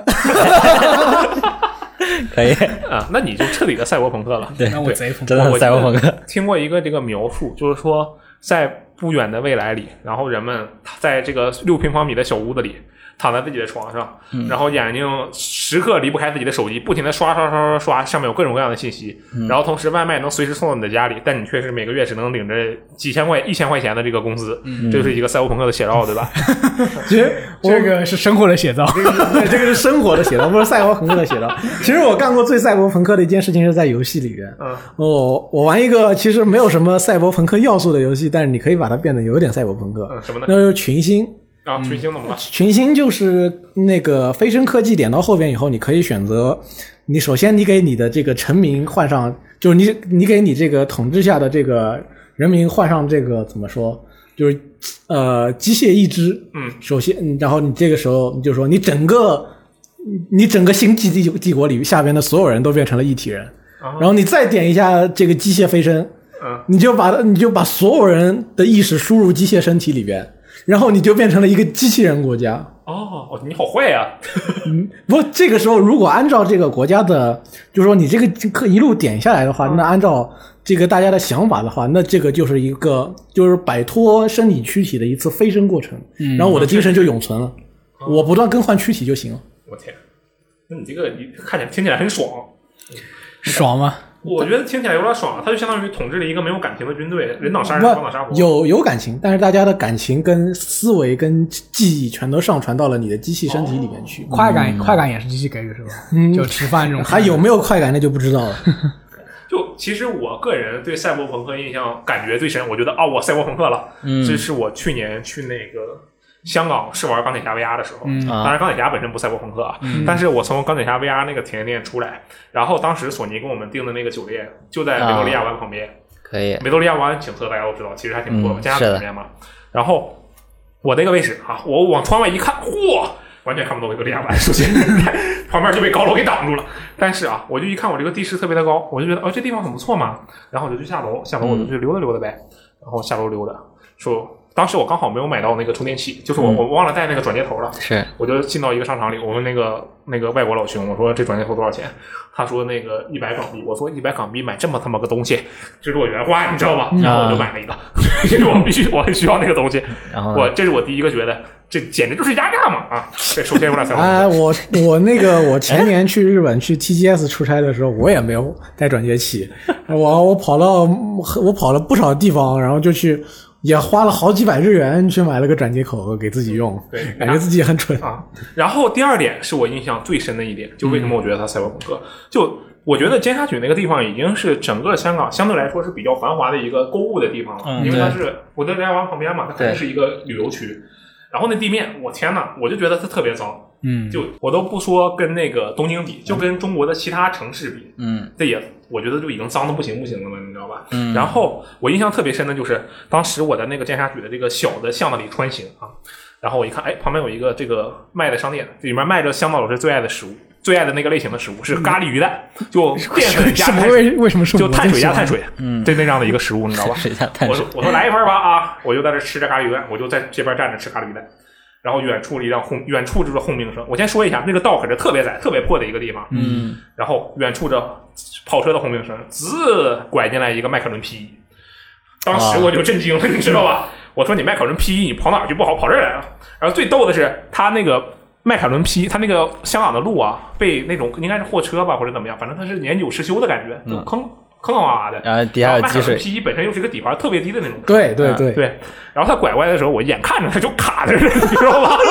可以啊，那你就彻底的赛博朋克了。 对，那我贼疯， 真的是赛博朋克。 听过一个这个描述，就是说在不远的未来里，然后人们在这个6平方米的小屋子里，躺在自己的床上，然后眼睛时刻离不开自己的手机，不停的刷，上面有各种各样的信息，然后同时外卖能随时送到你的家里，但你却是每个月只能领着几千块、1000块钱的这个工资，这是一个赛博朋克的写照，对吧？ 其实这个是生活的写照， 这个是生活的写照，不是赛博朋克的写照。其实我干过最赛博朋克的一件事情是在游戏里边，我玩一个其实没有什么赛博朋克要素的游戏，但是你可以把它变得有点赛博朋克， 什么呢？ 那就是群星。 群星怎么了？ 群星就是那个飞升科技点到后边以后，你可以选择，你首先你给你的这个臣民换上，就是你给你这个统治下的这个人民换上这个怎么说，就是机械义肢。首先，然后你这个时候你就说你整个星际帝国里下边的所有人都变成了一体人，然后你再点一下这个机械飞升，你就把所有人的意识输入机械身体里边。然后你就变成了一个机器人国家。 哦，你好坏呀！ 不，这个时候如果按照这个国家的，就是说你这个一路点下来的话，那按照这个大家的想法的话，那这个就是一个就是摆脱生理躯体的一次飞升过程。然后我的精神就永存了，我不断更换躯体就行了。 我天，那你这个你看起来听起来很爽， 爽吗？ 我觉得听起来有点爽，他就相当于统治了一个没有感情的军队，人挡杀人，光挡杀活。 有感情，但是大家的感情跟思维跟记忆全都上传到了你的机器身体里面去。 快感也是机器给予是吧？就吃饭这种。 还有没有快感那就不知道了。 就其实我个人对赛博朋克印象感觉最深，我觉得我赛博朋克了。这是我去年去那个香港试玩钢铁侠 VR 的时候，当然钢铁侠本身不赛博朋克啊，但是我从钢铁侠 VR 那个体验店出来，然后当时索尼给我们订的那个酒店就在维多利亚湾旁边， 可以， 维多利亚湾景色大家都知道，其实还挺不错的，加上里面嘛。然后我那个位置啊，我往窗外一看，嚯，完全看不到维多利亚湾，首先旁边就被高楼给挡住了。但是啊，我就一看我这个地势特别的高，我就觉得这地方很不错嘛，然后我就去下楼我就去溜达呗，然后下楼溜达说。当时我刚好没有买到那个充电器，就是我忘了带那个转接头了。 是，我就进到一个商场里，我问那个外国老兄，我说这转接头多少钱？他说那个100港币。我说100港币买这么他妈个东西，这是我原话，你知道吧？然后我就买了一个，因为我很需要那个东西。然后这是我第一个觉得，这简直就是压榨嘛啊！这首先有点彩虹。 我前年去日本去 TGS 出差的时候，我也没有带转接器，我跑了不少地方，然后就去。也花了好几百日元去买了个转接口给自己用， 对， 感觉自己很蠢啊。然后第二点是我印象最深的一点，就为什么我觉得它赛博朋克，就我觉得尖沙咀那个地方已经是整个香港相对来说是比较繁华的一个购物的地方了，因为它是维多利亚湾旁边嘛，它肯定是一个旅游区。然后那地面，我天哪，我就觉得它特别脏。就我都不说跟那个东京比，就跟中国的其他城市比，这也我觉得就已经脏的不行了，你知道吧？然后我印象特别深的就是当时我在那个尖沙咀的这个小的巷子里穿行啊，然后我一看，旁边有一个这个卖的商店，里面卖着香港老师最爱的食物，最爱的那个类型的食物是咖喱鱼蛋，就淀粉加碳水， 为什么是就碳水加碳水，对那样的一个食物，你知道吧？ 水加碳水。 我说来一份吧啊，我就在这吃着咖喱鱼蛋，我就在这边站着吃咖喱鱼蛋。 然后远处就是轰鸣声。我先说一下，那个道可是特别窄、特别破的一个地方。然后远处着跑车的轰鸣声，拐进来一个迈凯伦 P1。当时我就震惊了，你知道吧？我说你迈凯伦 P1 你跑哪儿去不好，跑这儿来了。然后最逗的是，他那个迈凯伦 P， 他那个香港的路啊，被那种应该是货车吧或者怎么样，反正它是年久失修的感觉，就坑洼洼的。 然后底下有积水。 P1 本身又是一个底盘特别低的那种。 对。 然后他拐弯的时候，我眼看着他就卡在这，你知道吧？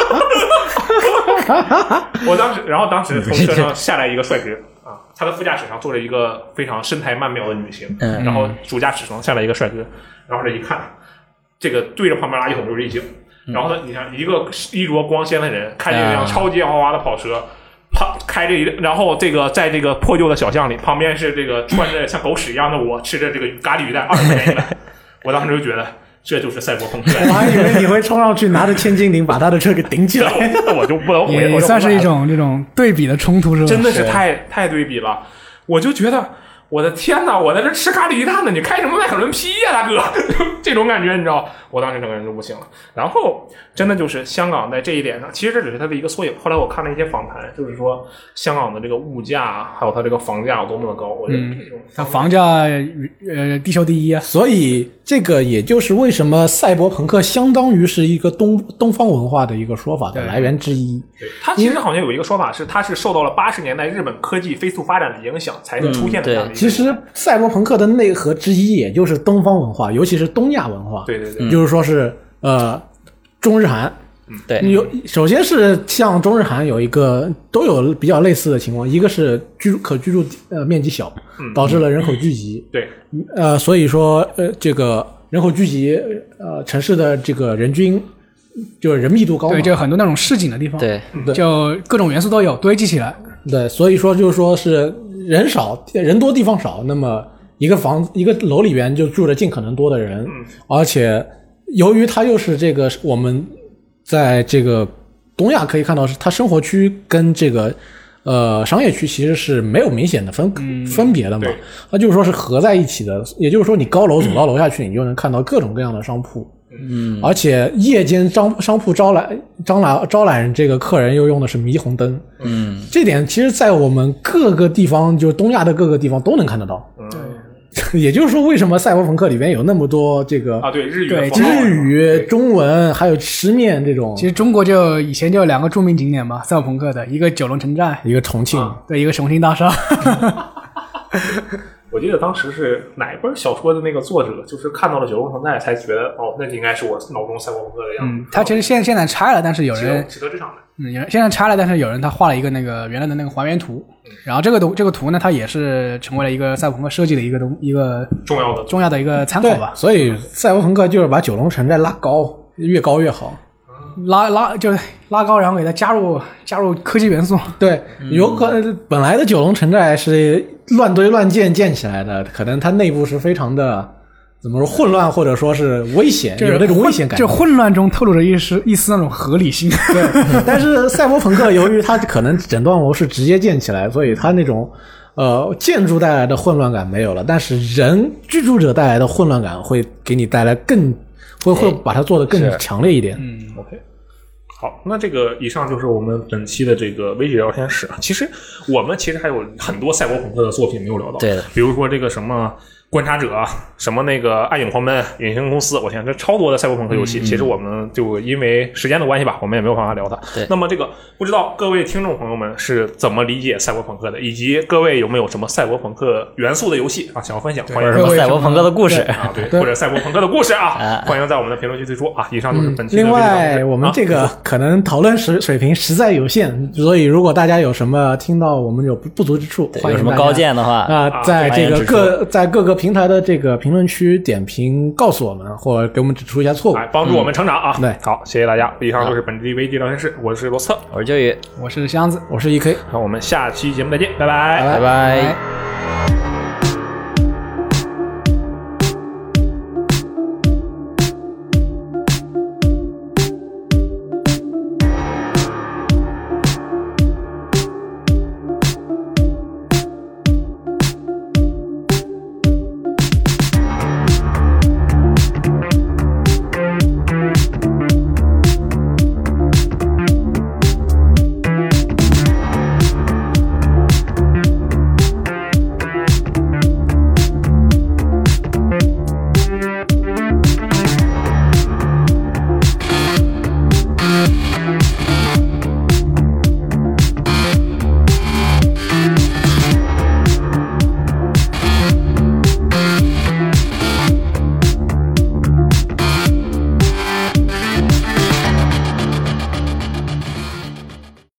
当时从车上下来一个帅哥啊，他的副驾驶上坐着一个非常身材曼妙的女性，然后主驾驶上下来一个帅哥，然后这一看，这个对着旁边垃圾桶就是一警。然后呢，你看一个衣着光鲜的人开着一辆超级豪华的跑车，开着然后这个在这个破旧的小巷里，旁边是这个穿着像狗屎一样的我，吃着这个咖喱鱼蛋，20块钱一碗。我当时就觉得这就是赛博朋克。 我还以为你会冲上去拿着千斤顶把他的车给顶起来， 我就不能回。 也算是一种这种对比的冲突，是吧？ 真的是太对比了，我就觉得。我的天哪！我在这吃咖喱鱼蛋呢，你开什么迈凯伦 P 呀，大哥？这种感觉你知道，我当时整个人就不行了。然后真的就是香港在这一点上，其实这只是它的一个缩影。后来我看了一些访谈，就是说香港的这个物价还有它这个房价有多么的高。我觉得这种它房价地球第一啊， 所以这个也就是为什么赛博朋克相当于是一个东方文化的一个说法的来源之一。 对，它其实好像有一个说法是，它是受到了80年代日本科技飞速发展的影响，才出现的这样的一个。 其实赛博朋克的内核之一，也就是东方文化，尤其是东亚文化。 对， 就是说是中日韩。 对， 首先是像中日韩都有比较类似的情况，一个是可居住面积小，导致了人口聚集。 对， 所以说这个人口聚集，城市的这个人均就是人密度高嘛。 对，就很多那种市井的地方。 对， 就各种元素都有堆积起来。 对，所以说就是说是人少人多地方少，那么一个楼里边就住着尽可能多的人，而且由于它又是这个我们在这个东亚可以看到是它生活区跟这个商业区其实是没有明显的分别的嘛，它就是说是合在一起的，也就是说你高楼走到楼下去，你就能看到各种各样的商铺。而且夜间商铺招揽这个客人又用的是霓虹灯，这点其实在我们各个地方，就东亚的各个地方都能看得到。对，也就是说，为什么赛博朋克里面有那么多这个对日语、中文还有吃面这种？ 其实中国以前就有2个著名景点嘛，赛博朋克的，一个九龙城寨， 一个重庆， 对，一个重庆大厦。 我记得当时是哪一本小说的那个作者，就是看到了九龙城寨才觉得那应该是我脑中赛博朋克的样子。 他其实现在拆了，但是有人启德之场的。 现在拆了，但是有人他画了一个那个原来的那个还原图，然后这个图呢，它也是成为了一个赛博朋克设计的一个重要的一个参考吧。 所以赛博朋克就是把九龙城寨拉高，越高越好。 就是拉高，然后给它加入科技元素。 对，有可能本来的九龙城寨是乱堆乱建起来的，可能它内部是非常的怎么说混乱，或者说是危险，有那种危险感。 就混乱中透露着一丝那种合理性。 对，但是赛博朋克由于它可能整段楼是直接建起来，所以它那种建筑带来的混乱感没有了，但是居住者带来的混乱感会给你带来会把它做得更强烈一点。 OK。好，那这个以上就是我们本期的这个微信聊天室。其实我们还有很多赛博朋克的作品没有聊到， 对的， 比如说这个什么观察者，什么那个暗影狂奔、隐形公司，我天，这超多的赛博朋克游戏。其实我们就因为时间的关系吧，我们也没有办法聊它。 对， 那么这个不知道各位听众朋友们是怎么理解赛博朋克的，以及各位有没有什么赛博朋克元素的游戏啊想要分享？欢迎什么赛博朋克的故事啊，对，或者赛博朋克的故事啊，欢迎在我们的评论区推出啊。以上就是本期的另外，我们这个可能讨论水平实在有限，所以如果大家有什么听到我们有不足之处，欢迎有什么高见的话在这个在各个平台的这个评论区点评告诉我们，或者给我们指出一下错误， 帮助我们成长啊。 对， 好，谢谢大家。以上就是本期危机聊天室，我是罗斯特， 我是秋雨， 我是箱子， 我是 EK。 那我们下期节目再见，拜拜， 拜拜。